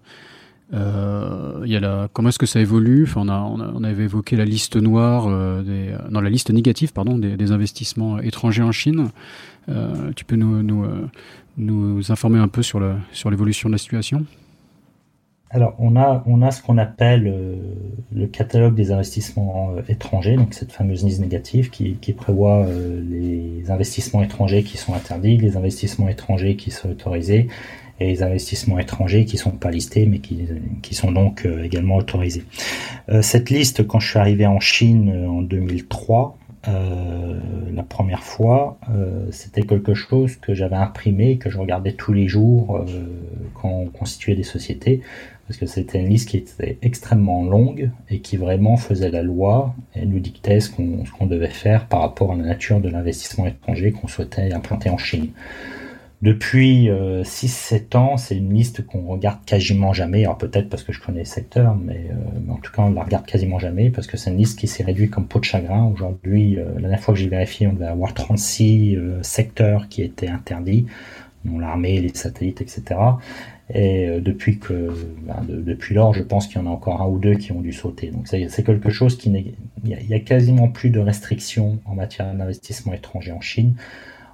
euh, il y a la, comment est-ce que ça évolue? Enfin, on, a, on, a, on avait évoqué la liste noire, euh, des, non la liste négative pardon des, des investissements étrangers en Chine. Euh, tu peux nous, nous, euh, nous informer un peu sur le sur l'évolution de la situation? Alors, on a, on a ce qu'on appelle euh, le catalogue des investissements euh, étrangers, donc cette fameuse liste négative qui, qui prévoit euh, les investissements étrangers qui sont interdits, les investissements étrangers qui sont autorisés et les investissements étrangers qui sont pas listés mais qui, qui sont donc euh, également autorisés. Euh, cette liste, quand je suis arrivé en Chine euh, en deux mille trois, euh, la première fois, euh, c'était quelque chose que j'avais imprimé, que je regardais tous les jours euh, quand on constituait des sociétés, parce que c'était une liste qui était extrêmement longue et qui vraiment faisait la loi et nous dictait ce qu'on ce qu'on devait faire par rapport à la nature de l'investissement étranger qu'on souhaitait implanter en Chine. Depuis euh, six sept ans, c'est une liste qu'on regarde quasiment jamais, alors peut-être parce que je connais le secteur, mais, euh, mais en tout cas on la regarde quasiment jamais, parce que c'est une liste qui s'est réduite comme peau de chagrin. Aujourd'hui, euh, la dernière fois que j'ai vérifié, on devait avoir trente-six euh, secteurs qui étaient interdits, dont l'armée, les satellites, et cetera. Et euh, depuis que, ben, de, depuis lors, je pense qu'il y en a encore un ou deux qui ont dû sauter. Donc c'est quelque chose qui n'est, il y, y a quasiment plus de restrictions en matière d'investissement étranger en Chine.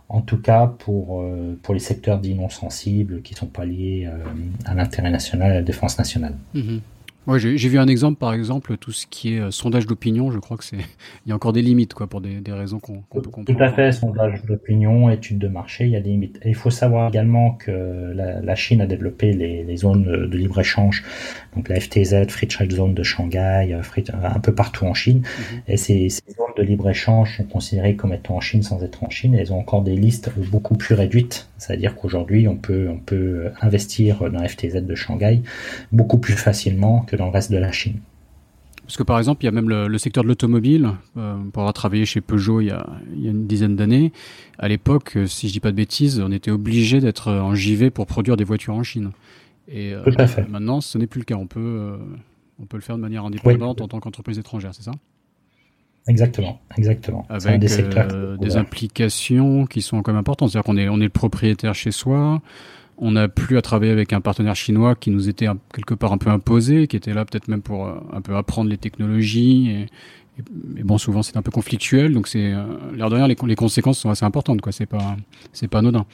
en tout cas pour, euh, pour les secteurs dits non sensibles qui ne sont pas liés euh, à l'intérêt national et à la défense nationale. Mmh. Ouais, j'ai, j'ai vu un exemple, par exemple, tout ce qui est euh, sondage d'opinion, je crois que c'est, il y a encore des limites, quoi, pour des, des raisons qu'on, qu'on peut Tout à comprendre. fait, sondage d'opinion, études de marché, il y a des limites. Et il faut savoir également que la, la Chine a développé les, les zones de libre-échange, donc la F T Z, Free Trade Zone de Shanghai, free, un peu partout en Chine. Mm-hmm. Et ces, ces zones de libre-échange sont considérées comme étant en Chine sans être en Chine. Et elles ont encore des listes beaucoup plus réduites. C'est-à-dire qu'aujourd'hui, on peut, on peut investir dans la F T Z de Shanghai beaucoup plus facilement que dans le reste de la Chine. Parce que par exemple, il y a même le, le secteur de l'automobile. Euh, pour avoir travaillé chez Peugeot il y a, il y a une dizaine d'années, à l'époque, si je dis pas de bêtises, on était obligé d'être en J V pour produire des voitures en Chine. Et euh, Tout à fait. Maintenant, ce n'est plus le cas. On peut, euh, on peut le faire de manière indépendante, oui, en tant qu'entreprise étrangère, c'est ça ? Exactement, exactement. Avec un des, secteurs euh, des implications qui sont quand même importantes. C'est-à-dire qu'on est, on est le propriétaire chez soi. On n'a plus à travailler avec un partenaire chinois qui nous était un, quelque part un peu imposé, qui était là peut-être même pour euh, un peu apprendre les technologies. Et, et, et bon, souvent c'est un peu conflictuel, donc c'est euh, l'air de rien, les, les conséquences sont assez importantes, quoi. C'est pas, c'est pas anodin.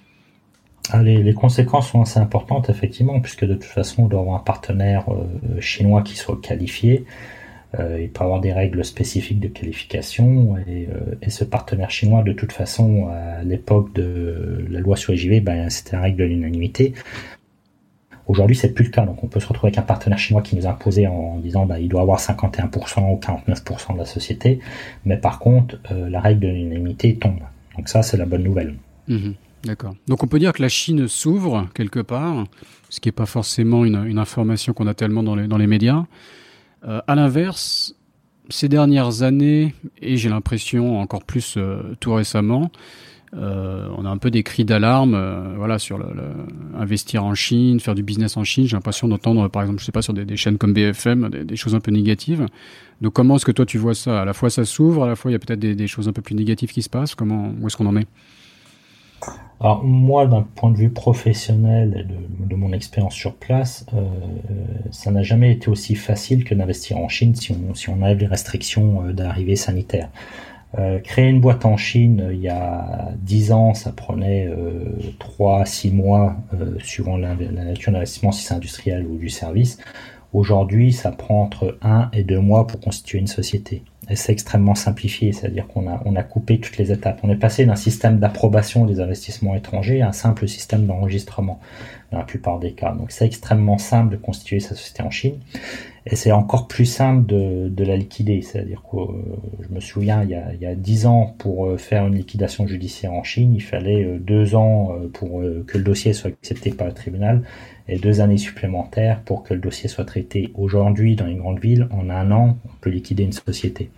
Ah, les, les conséquences sont assez importantes, effectivement, puisque de toute façon, on doit avoir un partenaire euh, chinois qui soit qualifié. Euh, il peut avoir des règles spécifiques de qualification et, euh, et ce partenaire chinois, de toute façon, à l'époque de la loi sur les J V, ben, c'était la règle de l'unanimité. Aujourd'hui, c'est plus le cas, donc on peut se retrouver avec un partenaire chinois qui nous a imposé en disant ben, il doit avoir cinquante et un pour cent ou quarante-neuf pour cent de la société, mais par contre, euh, la règle de l'unanimité tombe. Donc ça, c'est la bonne nouvelle. Mmh, d'accord. Donc on peut dire que la Chine s'ouvre quelque part, ce qui n'est pas forcément une, une information qu'on a tellement dans les, dans les médias. Euh, à l'inverse, ces dernières années, et j'ai l'impression encore plus euh, tout récemment, euh, on a un peu des cris d'alarme, euh, voilà, sur le, le, investir en Chine, faire du business en Chine. J'ai l'impression d'entendre, par exemple, je sais pas, sur des, des chaînes comme B F M, des, des choses un peu négatives. Donc, comment est-ce que toi tu vois ça ? À la fois ça s'ouvre, à la fois il y a peut-être des, des choses un peu plus négatives qui se passent. Comment, où est-ce qu'on en est ? Alors moi, d'un point de vue professionnel et de, de mon expérience sur place, euh, ça n'a jamais été aussi facile que d'investir en Chine si on, si on enlève les restrictions d'arrivée sanitaire. Euh, créer une boîte en Chine, il y a dix ans, ça prenait euh, trois à six mois, euh, suivant la, la nature d'investissement, si c'est industriel ou du service. Aujourd'hui, ça prend entre un et deux mois pour constituer une société. Et c'est extrêmement simplifié, c'est-à-dire qu'on a, on a coupé toutes les étapes. On est passé d'un système d'approbation des investissements étrangers à un simple système d'enregistrement, dans la plupart des cas. Donc c'est extrêmement simple de constituer sa société en Chine. Et c'est encore plus simple de, de la liquider. C'est-à-dire que euh, je me souviens, il y a, il y a dix ans, pour faire une liquidation judiciaire en Chine, il fallait euh, deux ans pour euh, que le dossier soit accepté par le tribunal et deux années supplémentaires pour que le dossier soit traité. Aujourd'hui, dans les grandes villes, en un an, on peut liquider une société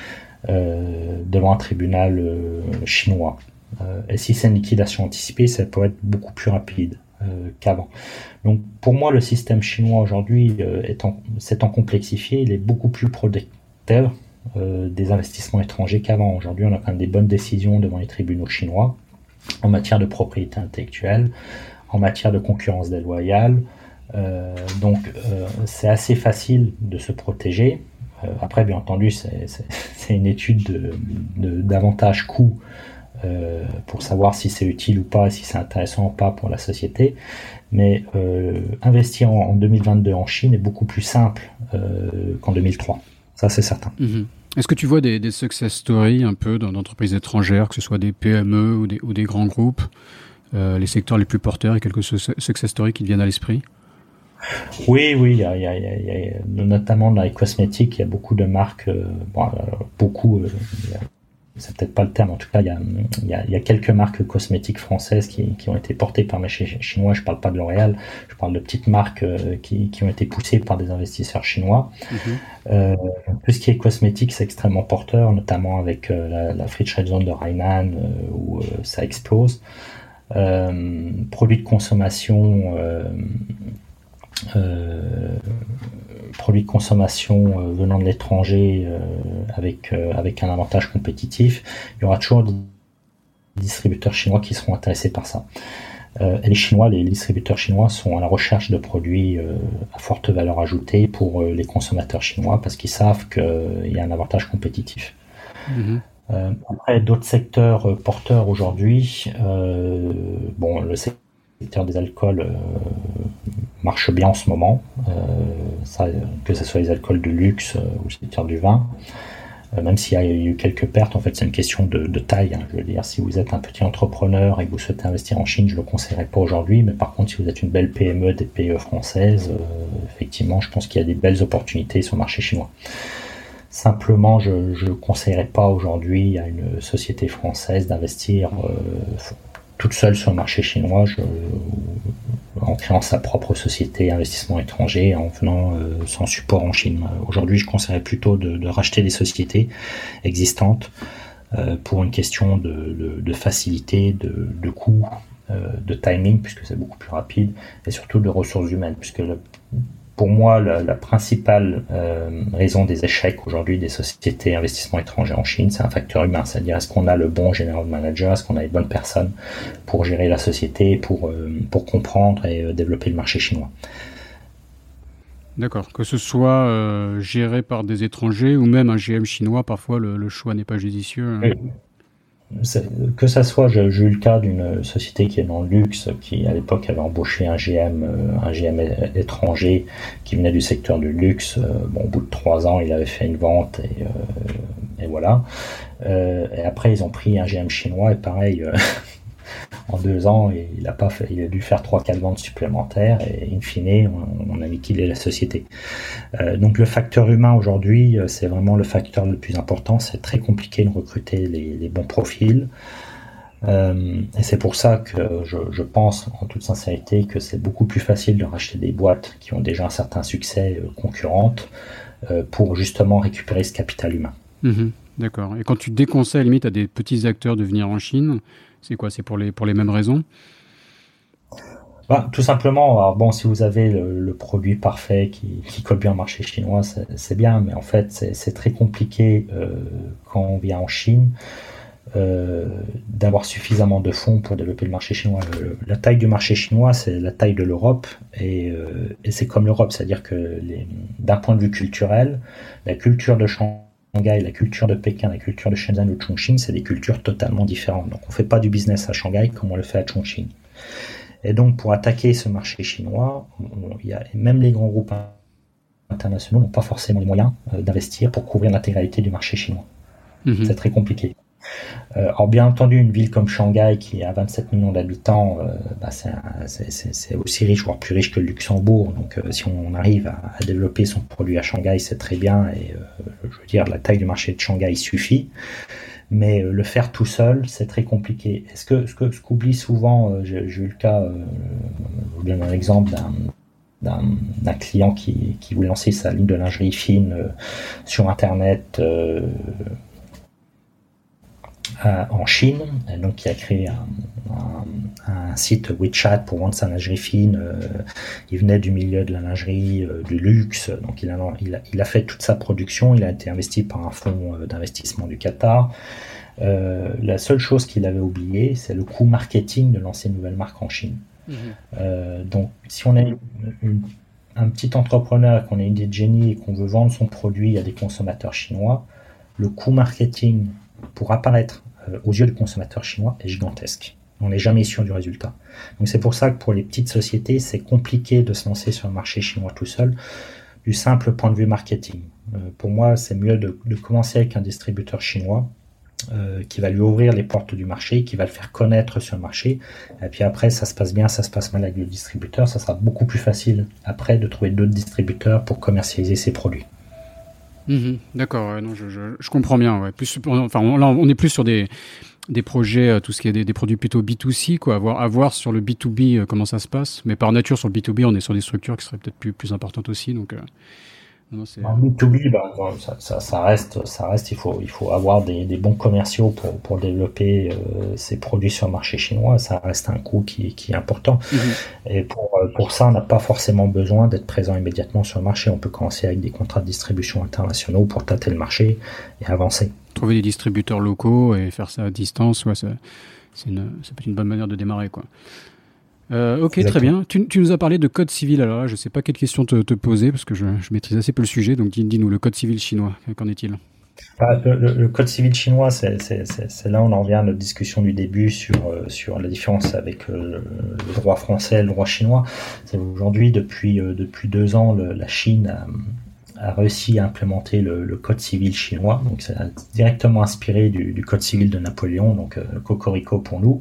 euh, devant un tribunal euh, chinois. Euh, et si c'est une liquidation anticipée, ça peut être beaucoup plus rapide euh, qu'avant. Donc pour moi, le système chinois aujourd'hui euh, étant, s'étant complexifié, il est beaucoup plus protecteur euh, des investissements étrangers qu'avant. Aujourd'hui, on a quand même des bonnes décisions devant les tribunaux chinois en matière de propriété intellectuelle, en matière de concurrence déloyale. Euh, donc euh, c'est assez facile de se protéger. Euh, après, bien entendu, c'est, c'est, c'est une étude de, de, d'avantage coût euh, pour savoir si c'est utile ou pas, si c'est intéressant ou pas pour la société. Mais euh, investir en, en deux mille vingt-deux en Chine est beaucoup plus simple euh, qu'en deux mille trois. Ça, c'est certain. Mmh. Est-ce que tu vois des, des success stories un peu dans d'entreprises étrangères, que ce soit des P M E ou des, ou des grands groupes, euh, les secteurs les plus porteurs et quelques success stories qui te viennent à l'esprit ? Oui, oui, il y a, il y a, il y a, notamment dans les cosmétiques, il y a beaucoup de marques, euh, bon, euh, beaucoup, euh, c'est peut-être pas le terme, en tout cas, il y a, il y a, il y a quelques marques cosmétiques françaises qui, qui ont été portées par marché chinois. Je parle pas de L'Oréal, je parle de petites marques euh, qui, qui ont été poussées par des investisseurs chinois. Mmh. Euh, tout ce qui est cosmétique, c'est extrêmement porteur, notamment avec euh, la, la Free Trade Zone de Hainan, euh, où euh, ça explose. Euh, produits de consommation, euh, Euh, produits de consommation euh, venant de l'étranger euh, avec, euh, avec un avantage compétitif, il y aura toujours des distributeurs chinois qui seront intéressés par ça. Euh, et les Chinois, les distributeurs chinois sont à la recherche de produits euh, à forte valeur ajoutée pour euh, les consommateurs chinois parce qu'ils savent qu'il y a un avantage compétitif. Mmh. Euh, après, d'autres secteurs euh, porteurs aujourd'hui, euh, bon, le secteur des alcools euh, marche bien en ce moment, euh, ça, que ce soit les alcools de luxe euh, ou le secteur du vin. Euh, même s'il y a eu quelques pertes, en fait, c'est une question de, de taille. Hein. Je veux dire, si vous êtes un petit entrepreneur et que vous souhaitez investir en Chine, je ne le conseillerais pas aujourd'hui. Mais par contre, si vous êtes une belle P M E, des P E françaises, euh, effectivement, je pense qu'il y a des belles opportunités sur le marché chinois. Simplement, je ne conseillerais pas aujourd'hui à une société française d'investir euh, toute seule sur le marché chinois, je, en créant sa propre société investissement étranger, en venant euh, sans support en Chine. Aujourd'hui, je conseillerais plutôt de, de racheter des sociétés existantes euh, pour une question de, de, de facilité, de, de coût, euh, de timing, puisque c'est beaucoup plus rapide, et surtout de ressources humaines, puisque le, pour moi, la, la principale euh, raison des échecs aujourd'hui des sociétés investissement étrangers en Chine, c'est un facteur humain. C'est-à-dire, est-ce qu'on a le bon general manager, est-ce qu'on a les bonnes personnes pour gérer la société, pour, euh, pour comprendre et euh, développer le marché chinois. D'accord. Que ce soit euh, géré par des étrangers ou même un G M chinois, parfois le, le choix n'est pas judicieux. Oui. Que ça soit, j'ai eu le cas d'une société qui est dans le luxe, qui à l'époque avait embauché un G M, un G M étranger qui venait du secteur du luxe. Bon, au bout de trois ans, il avait fait une vente et, euh, et voilà. Euh, et après, ils ont pris un G M chinois et pareil, euh, en deux ans, il a pas fait, il a dû faire trois, quatre ventes supplémentaires et in fine, on, on a liquidé la société. Euh, donc le facteur humain aujourd'hui, c'est vraiment le facteur le plus important. C'est très compliqué de recruter les, les bons profils. Euh, et c'est pour ça que je, je pense, en toute sincérité, que c'est beaucoup plus facile de racheter des boîtes qui ont déjà un certain succès euh, concurrentes euh, pour justement récupérer ce capital humain. Mmh, d'accord. Et quand tu déconseilles limite à des petits acteurs de venir en Chine, c'est quoi? C'est pour les, pour les mêmes raisons? Bah, tout simplement, alors bon, si vous avez le, le produit parfait qui, qui colle bien au marché chinois, c'est, c'est bien, mais en fait, c'est, c'est très compliqué euh, quand on vient en Chine euh, d'avoir suffisamment de fonds pour développer le marché chinois. Le, la taille du marché chinois, c'est la taille de l'Europe, et, euh, et c'est comme l'Europe, c'est-à-dire que les, d'un point de vue culturel, la culture de Shanghai, la culture de Pékin, la culture de Shenzhen ou de Chongqing, c'est des cultures totalement différentes. Donc on ne fait pas du business à Shanghai comme on le fait à Chongqing. Et donc, pour attaquer ce marché chinois, on, il y a, même les grands groupes internationaux n'ont pas forcément les moyens euh, d'investir pour couvrir l'intégralité du marché chinois. Mmh. C'est très compliqué. Euh, alors, bien entendu, une ville comme Shanghai, qui a vingt-sept millions d'habitants, euh, bah, c'est, un, c'est, c'est, c'est aussi riche, voire plus riche que le Luxembourg. Donc, euh, si on arrive à, à développer son produit à Shanghai, c'est très bien. Et euh, je veux dire, la taille du marché de Shanghai suffit. Mais le faire tout seul, c'est très compliqué. Est-ce que ce, que, ce qu'oublie souvent, euh, j'ai, j'ai eu le cas, euh, je vous donne un exemple d'un, d'un, d'un client qui, qui voulait lancer sa ligne de lingerie fine euh, sur Internet euh, à, en Chine, et donc qui a créé un, un, un site WeChat pour vendre sa lingerie fine. Euh, il venait du milieu de la lingerie, euh, du luxe, donc il a, il, a, il a fait toute sa production, il a été investi par un fonds d'investissement du Qatar. Euh, la seule chose qu'il avait oublié, c'est le coût marketing de lancer une nouvelle marque en Chine. Mmh. Euh, donc si on est une, une, un petit entrepreneur, qu'on a une idée de génie et qu'on veut vendre son produit à des consommateurs chinois, le coût marketing pour apparaître euh, aux yeux des consommateurs chinois est gigantesque. On n'est jamais sûr du résultat. Donc c'est pour ça que pour les petites sociétés, c'est compliqué de se lancer sur le marché chinois tout seul, du simple point de vue marketing. Euh, pour moi, c'est mieux de, de commencer avec un distributeur chinois euh, qui va lui ouvrir les portes du marché, qui va le faire connaître sur le marché. Et puis après, ça se passe bien, ça se passe mal avec le distributeur. Ça sera beaucoup plus facile après de trouver d'autres distributeurs pour commercialiser ses produits. Mmh, d'accord, ouais, non, je, je, je comprends bien. Ouais. Plus, enfin, on, là, on est plus sur des, des projets, euh, tout ce qui est des, des produits plutôt B deux C, quoi, à voir, à voir sur le B deux B euh, comment ça se passe. Mais par nature, sur le B deux B, on est sur des structures qui seraient peut-être plus, plus importantes aussi. Donc, euh, non, c'est... En B deux B, bah, ça, ça, ça reste, ça reste. Il faut, il faut avoir des, des bons commerciaux pour, pour développer euh, ces produits sur le marché chinois. Ça reste un coût qui, qui est important. Mmh. Et pour, pour ça, on n'a pas forcément besoin d'être présent immédiatement sur le marché. On peut commencer avec des contrats de distribution internationaux pour tâter le marché et avancer. Trouver des distributeurs locaux et faire ça à distance, ouais, ça, c'est une, ça peut être une bonne manière de démarrer, quoi. Euh, ok, exactement. Très bien. Tu, tu nous as parlé de code civil. Alors là, je ne sais pas quelle question te, te poser parce que je, je maîtrise assez peu le sujet. Donc dis, dis-nous, le code civil chinois, qu'en est-il? Ah, le, le- le code civil chinois, c'est c'est- c'est- c'est là où on en revient à notre discussion du début sur, euh, sur la différence avec euh, le droit français et le droit chinois. C'est aujourd'hui, depuis, euh, depuis deux ans, le- la Chine a, a réussi à implémenter le, le code civil chinois. Donc, c'est directement inspiré du, du code civil de Napoléon, donc euh, cocorico pour nous.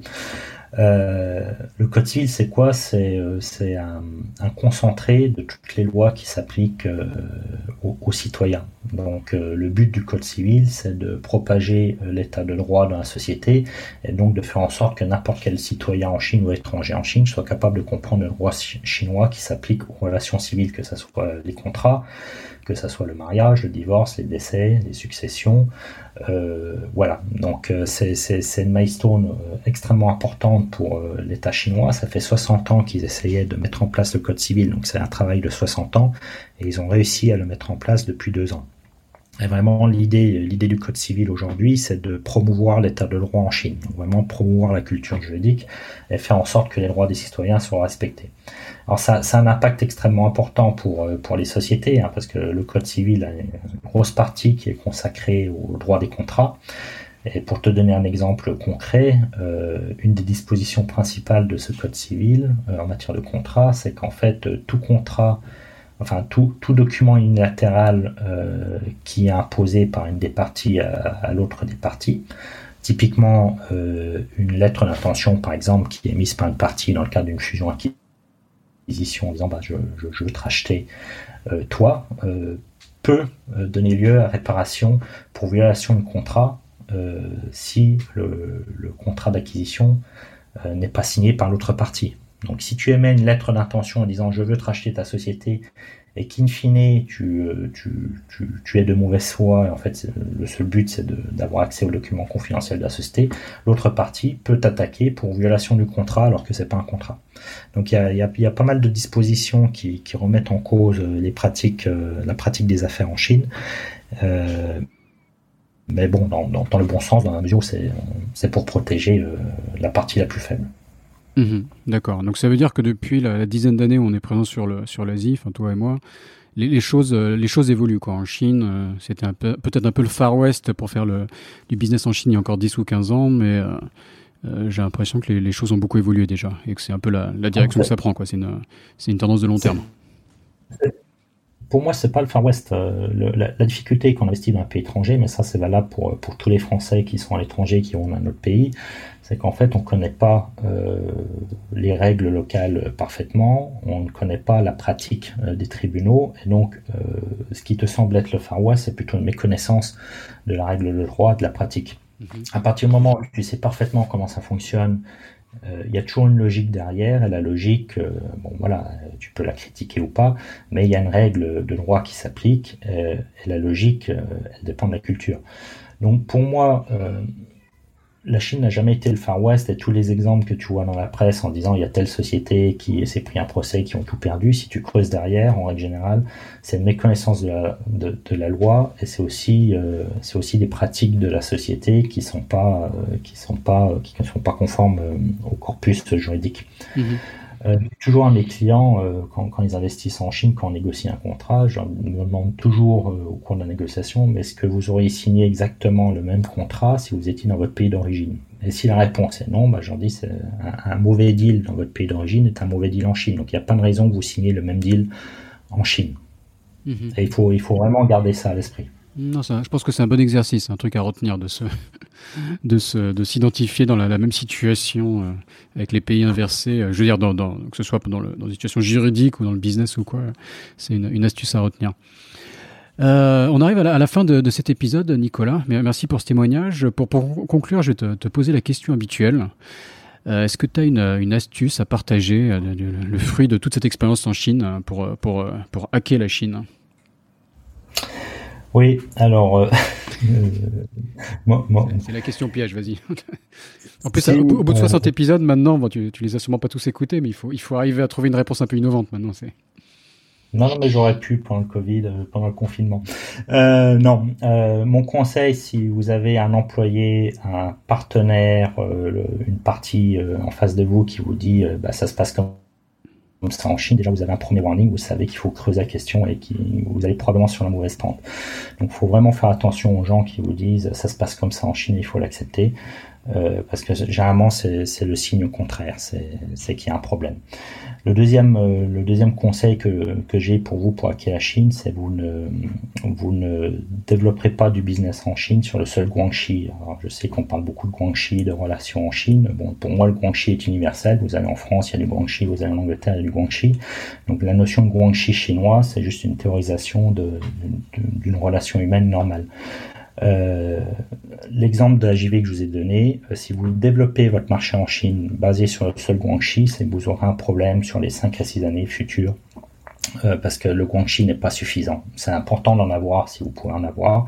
Euh, le code civil, c'est quoi? C'est euh, c'est un, un concentré de toutes les lois qui s'appliquent euh, aux, aux citoyens. Donc, euh, le but du code civil, c'est de propager euh, l'état de droit dans la société et donc de faire en sorte que n'importe quel citoyen en Chine ou étranger en Chine soit capable de comprendre le droit chinois qui s'applique aux relations civiles, que ce soit les contrats, que ce soit le mariage, le divorce, les décès, les successions. Euh, voilà, donc euh, c'est, c'est, c'est une milestone euh, extrêmement importante pour euh, l'État chinois. Ça fait soixante ans qu'ils essayaient de mettre en place le code civil, donc c'est un travail de soixante ans, et ils ont réussi à le mettre en place depuis deux ans. Et vraiment, l'idée, l'idée du code civil aujourd'hui, c'est de promouvoir l'état de droit en Chine. Donc vraiment promouvoir la culture juridique et faire en sorte que les droits des citoyens soient respectés. Alors ça, ça a un impact extrêmement important pour, pour les sociétés, hein, parce que le code civil a une grosse partie qui est consacrée au droit des contrats. Et pour te donner un exemple concret, euh, une des dispositions principales de ce code civil euh, en matière de contrat, c'est qu'en fait, tout contrat enfin tout, tout document unilatéral euh, qui est imposé par une des parties à, à l'autre des parties. Typiquement, euh, une lettre d'intention, par exemple, qui est mise par une partie dans le cadre d'une fusion-acquisition en disant bah, je, je, je veux te racheter euh, toi, euh, peut euh, donner lieu à réparation pour violation de contrat euh, si le, le contrat d'acquisition euh, n'est pas signé par l'autre partie. Donc si tu émets une lettre d'intention en disant je veux te racheter ta société et qu'in fine tu, tu, tu, tu es de mauvaise foi, et en fait le seul but c'est de, d'avoir accès aux documents confidentiels de la société, l'autre partie peut t'attaquer pour violation du contrat alors que c'est pas un contrat. Donc il y a, y a, y a pas mal de dispositions qui, qui remettent en cause les pratiques, euh, la pratique des affaires en Chine. Euh, mais bon, dans, dans, dans le bon sens, dans la mesure où c'est, c'est pour protéger euh, la partie la plus faible. Mmh, d'accord. Donc ça veut dire que depuis la, la dizaine d'années où on est présent sur, le, sur l'Asie, enfin toi et moi, les, les, choses, euh, les choses évoluent, quoi. En Chine, euh, c'était un peu, peut-être un peu le Far West pour faire le, du business en Chine il y a encore dix ou quinze ans, mais euh, euh, j'ai l'impression que les, les choses ont beaucoup évolué déjà et que c'est un peu la, la direction que ça prend, quoi. C'est une, c'est une tendance de long terme. Pour moi, c'est pas le Far West. Euh, le, la, la difficulté qu'on investit dans un pays étranger, mais ça c'est valable pour, pour tous les Français qui sont à l'étranger, qui vont dans notre pays, c'est qu'en fait on ne connaît pas euh, les règles locales parfaitement, on ne connaît pas la pratique euh, des tribunaux, et donc euh, ce qui te semble être le Far West, c'est plutôt une méconnaissance de la règle de droit, de la pratique. Mm-hmm. À partir du moment où tu sais parfaitement comment ça fonctionne, il euh, y a toujours une logique derrière, et la logique, euh, bon voilà, tu peux la critiquer ou pas, mais il y a une règle de droit qui s'applique, euh, et la logique, euh, elle dépend de la culture. Donc pour moi, euh, la Chine n'a jamais été le Far West, et tous les exemples que tu vois dans la presse en disant il y a telle société qui s'est pris un procès, qui ont tout perdu, si tu creuses derrière, en règle générale, c'est une méconnaissance de la, de, de la loi, et c'est aussi, euh, c'est aussi des pratiques de la société qui sont pas, euh, qui sont pas, qui ne sont pas conformes euh, au corpus juridique. Mmh. Euh, toujours à mes clients, euh, quand, quand ils investissent en Chine, quand on négocie un contrat, je me demande toujours euh, au cours de la négociation, mais est-ce que vous auriez signé exactement le même contrat si vous étiez dans votre pays d'origine? Et si la réponse est non, bah, je leur dis c'est un, un mauvais deal dans votre pays d'origine est un mauvais deal en Chine. Donc il n'y a pas de raison que vous signiez le même deal en Chine. Mmh. Et il faut, il faut vraiment garder ça à l'esprit. Non, ça, je pense que c'est un bon exercice, un truc à retenir de se, de se, de s'identifier dans la, la même situation euh, avec les pays inversés. Euh, je veux dire, dans, dans, que ce soit dans, le, dans une situation juridique ou dans le business ou quoi, c'est une, une astuce à retenir. Euh, on arrive à la, à la fin de, de cet épisode, Nicolas. Merci pour ce témoignage. Pour, pour conclure, je vais te, te poser la question habituelle. Euh, est-ce que tu as une, une astuce à partager, euh, le, le fruit de toute cette expérience en Chine pour, pour, pour hacker la Chine? Oui, alors... Euh, euh, moi, moi, c'est la question piège, vas-y. En plus, au, au bout de soixante euh, épisodes, maintenant, bon, tu, tu les as sûrement pas tous écoutés, mais il faut, il faut arriver à trouver une réponse un peu innovante maintenant. C'est... Non, non, mais j'aurais pu pendant le Covid, pendant le confinement. Euh, non, euh, mon conseil, si vous avez un employé, un partenaire, euh, le, une partie euh, en face de vous qui vous dit euh, bah, ça se passe comme ça en Chine, déjà vous avez un premier warning, vous savez qu'il faut creuser la question et que vous allez probablement sur la mauvaise pente. Donc il faut vraiment faire attention aux gens qui vous disent ça se passe comme ça en Chine, il faut l'accepter, euh, parce que généralement c'est, c'est le signe contraire, c'est, c'est qu'il y a un problème. Le deuxième, euh, le deuxième conseil que, que j'ai pour vous pour hacker la Chine, c'est vous ne, vous ne développerez pas du business en Chine sur le seul Guangxi. Alors, je sais qu'on parle beaucoup de Guangxi, de relations en Chine. Bon, pour moi, le Guangxi est universel. Vous allez en France, il y a du Guangxi. Vous allez en Angleterre, il y a du Guangxi. Donc, la notion de Guangxi chinois, c'est juste une théorisation de, de, d'une relation humaine normale. Euh, l'exemple de la J V que je vous ai donné, euh, si vous développez votre marché en Chine basé sur le seul Guangxi, c'est que vous aurez un problème sur les cinq à six années futures, euh, parce que le Guangxi n'est pas suffisant. C'est important d'en avoir si vous pouvez en avoir,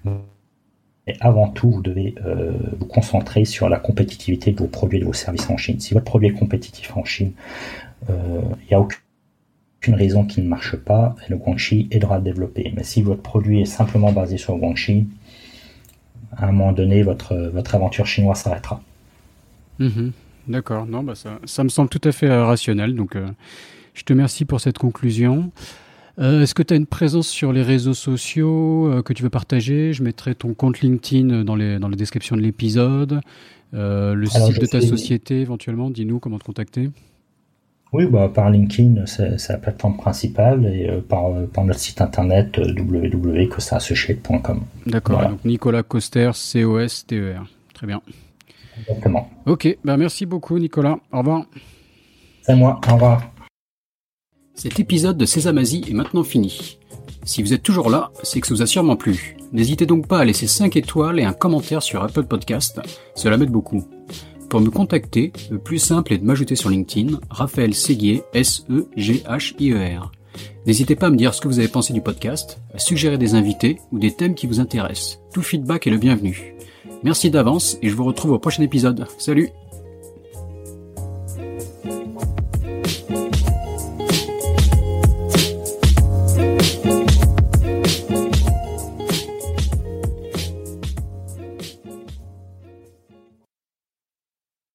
mais avant tout, vous devez euh, vous concentrer sur la compétitivité de vos produits et de vos services en Chine. Si votre produit est compétitif en Chine, il euh, n'y a aucune aucune raison qu'il ne marche pas, et le Guangxi aidera à le développer. Mais si votre produit est simplement basé sur le Guangxi, à un moment donné, votre, votre aventure chinoise s'arrêtera. Mmh, d'accord, non, bah ça, ça me semble tout à fait euh, rationnel, donc euh, je te remercie pour cette conclusion. Euh, est-ce que tu as une présence sur les réseaux sociaux euh, que tu veux partager ? Je mettrai ton compte LinkedIn dans, les, dans la description de l'épisode, euh, le Alors, site de ta sais... société éventuellement, dis-nous comment te contacter. Oui, bah, par LinkedIn, c'est, c'est la plateforme principale, et euh, par, par notre site internet euh, w w w point coster associates point com. D'accord, voilà. Donc Nicolas Coster, C O S T E R. Très bien. Exactement. Ok, bah merci beaucoup Nicolas. Au revoir. C'est moi, au revoir. Cet épisode de Sésame Asie est maintenant fini. Si vous êtes toujours là, c'est que ça vous a sûrement plu. N'hésitez donc pas à laisser cinq étoiles et un commentaire sur Apple Podcast, cela m'aide beaucoup. Pour me contacter, le plus simple est de m'ajouter sur LinkedIn, Raphaël Séguier, S E G H I E R. N'hésitez pas à me dire ce que vous avez pensé du podcast, à suggérer des invités ou des thèmes qui vous intéressent. Tout feedback est le bienvenu. Merci d'avance et je vous retrouve au prochain épisode. Salut!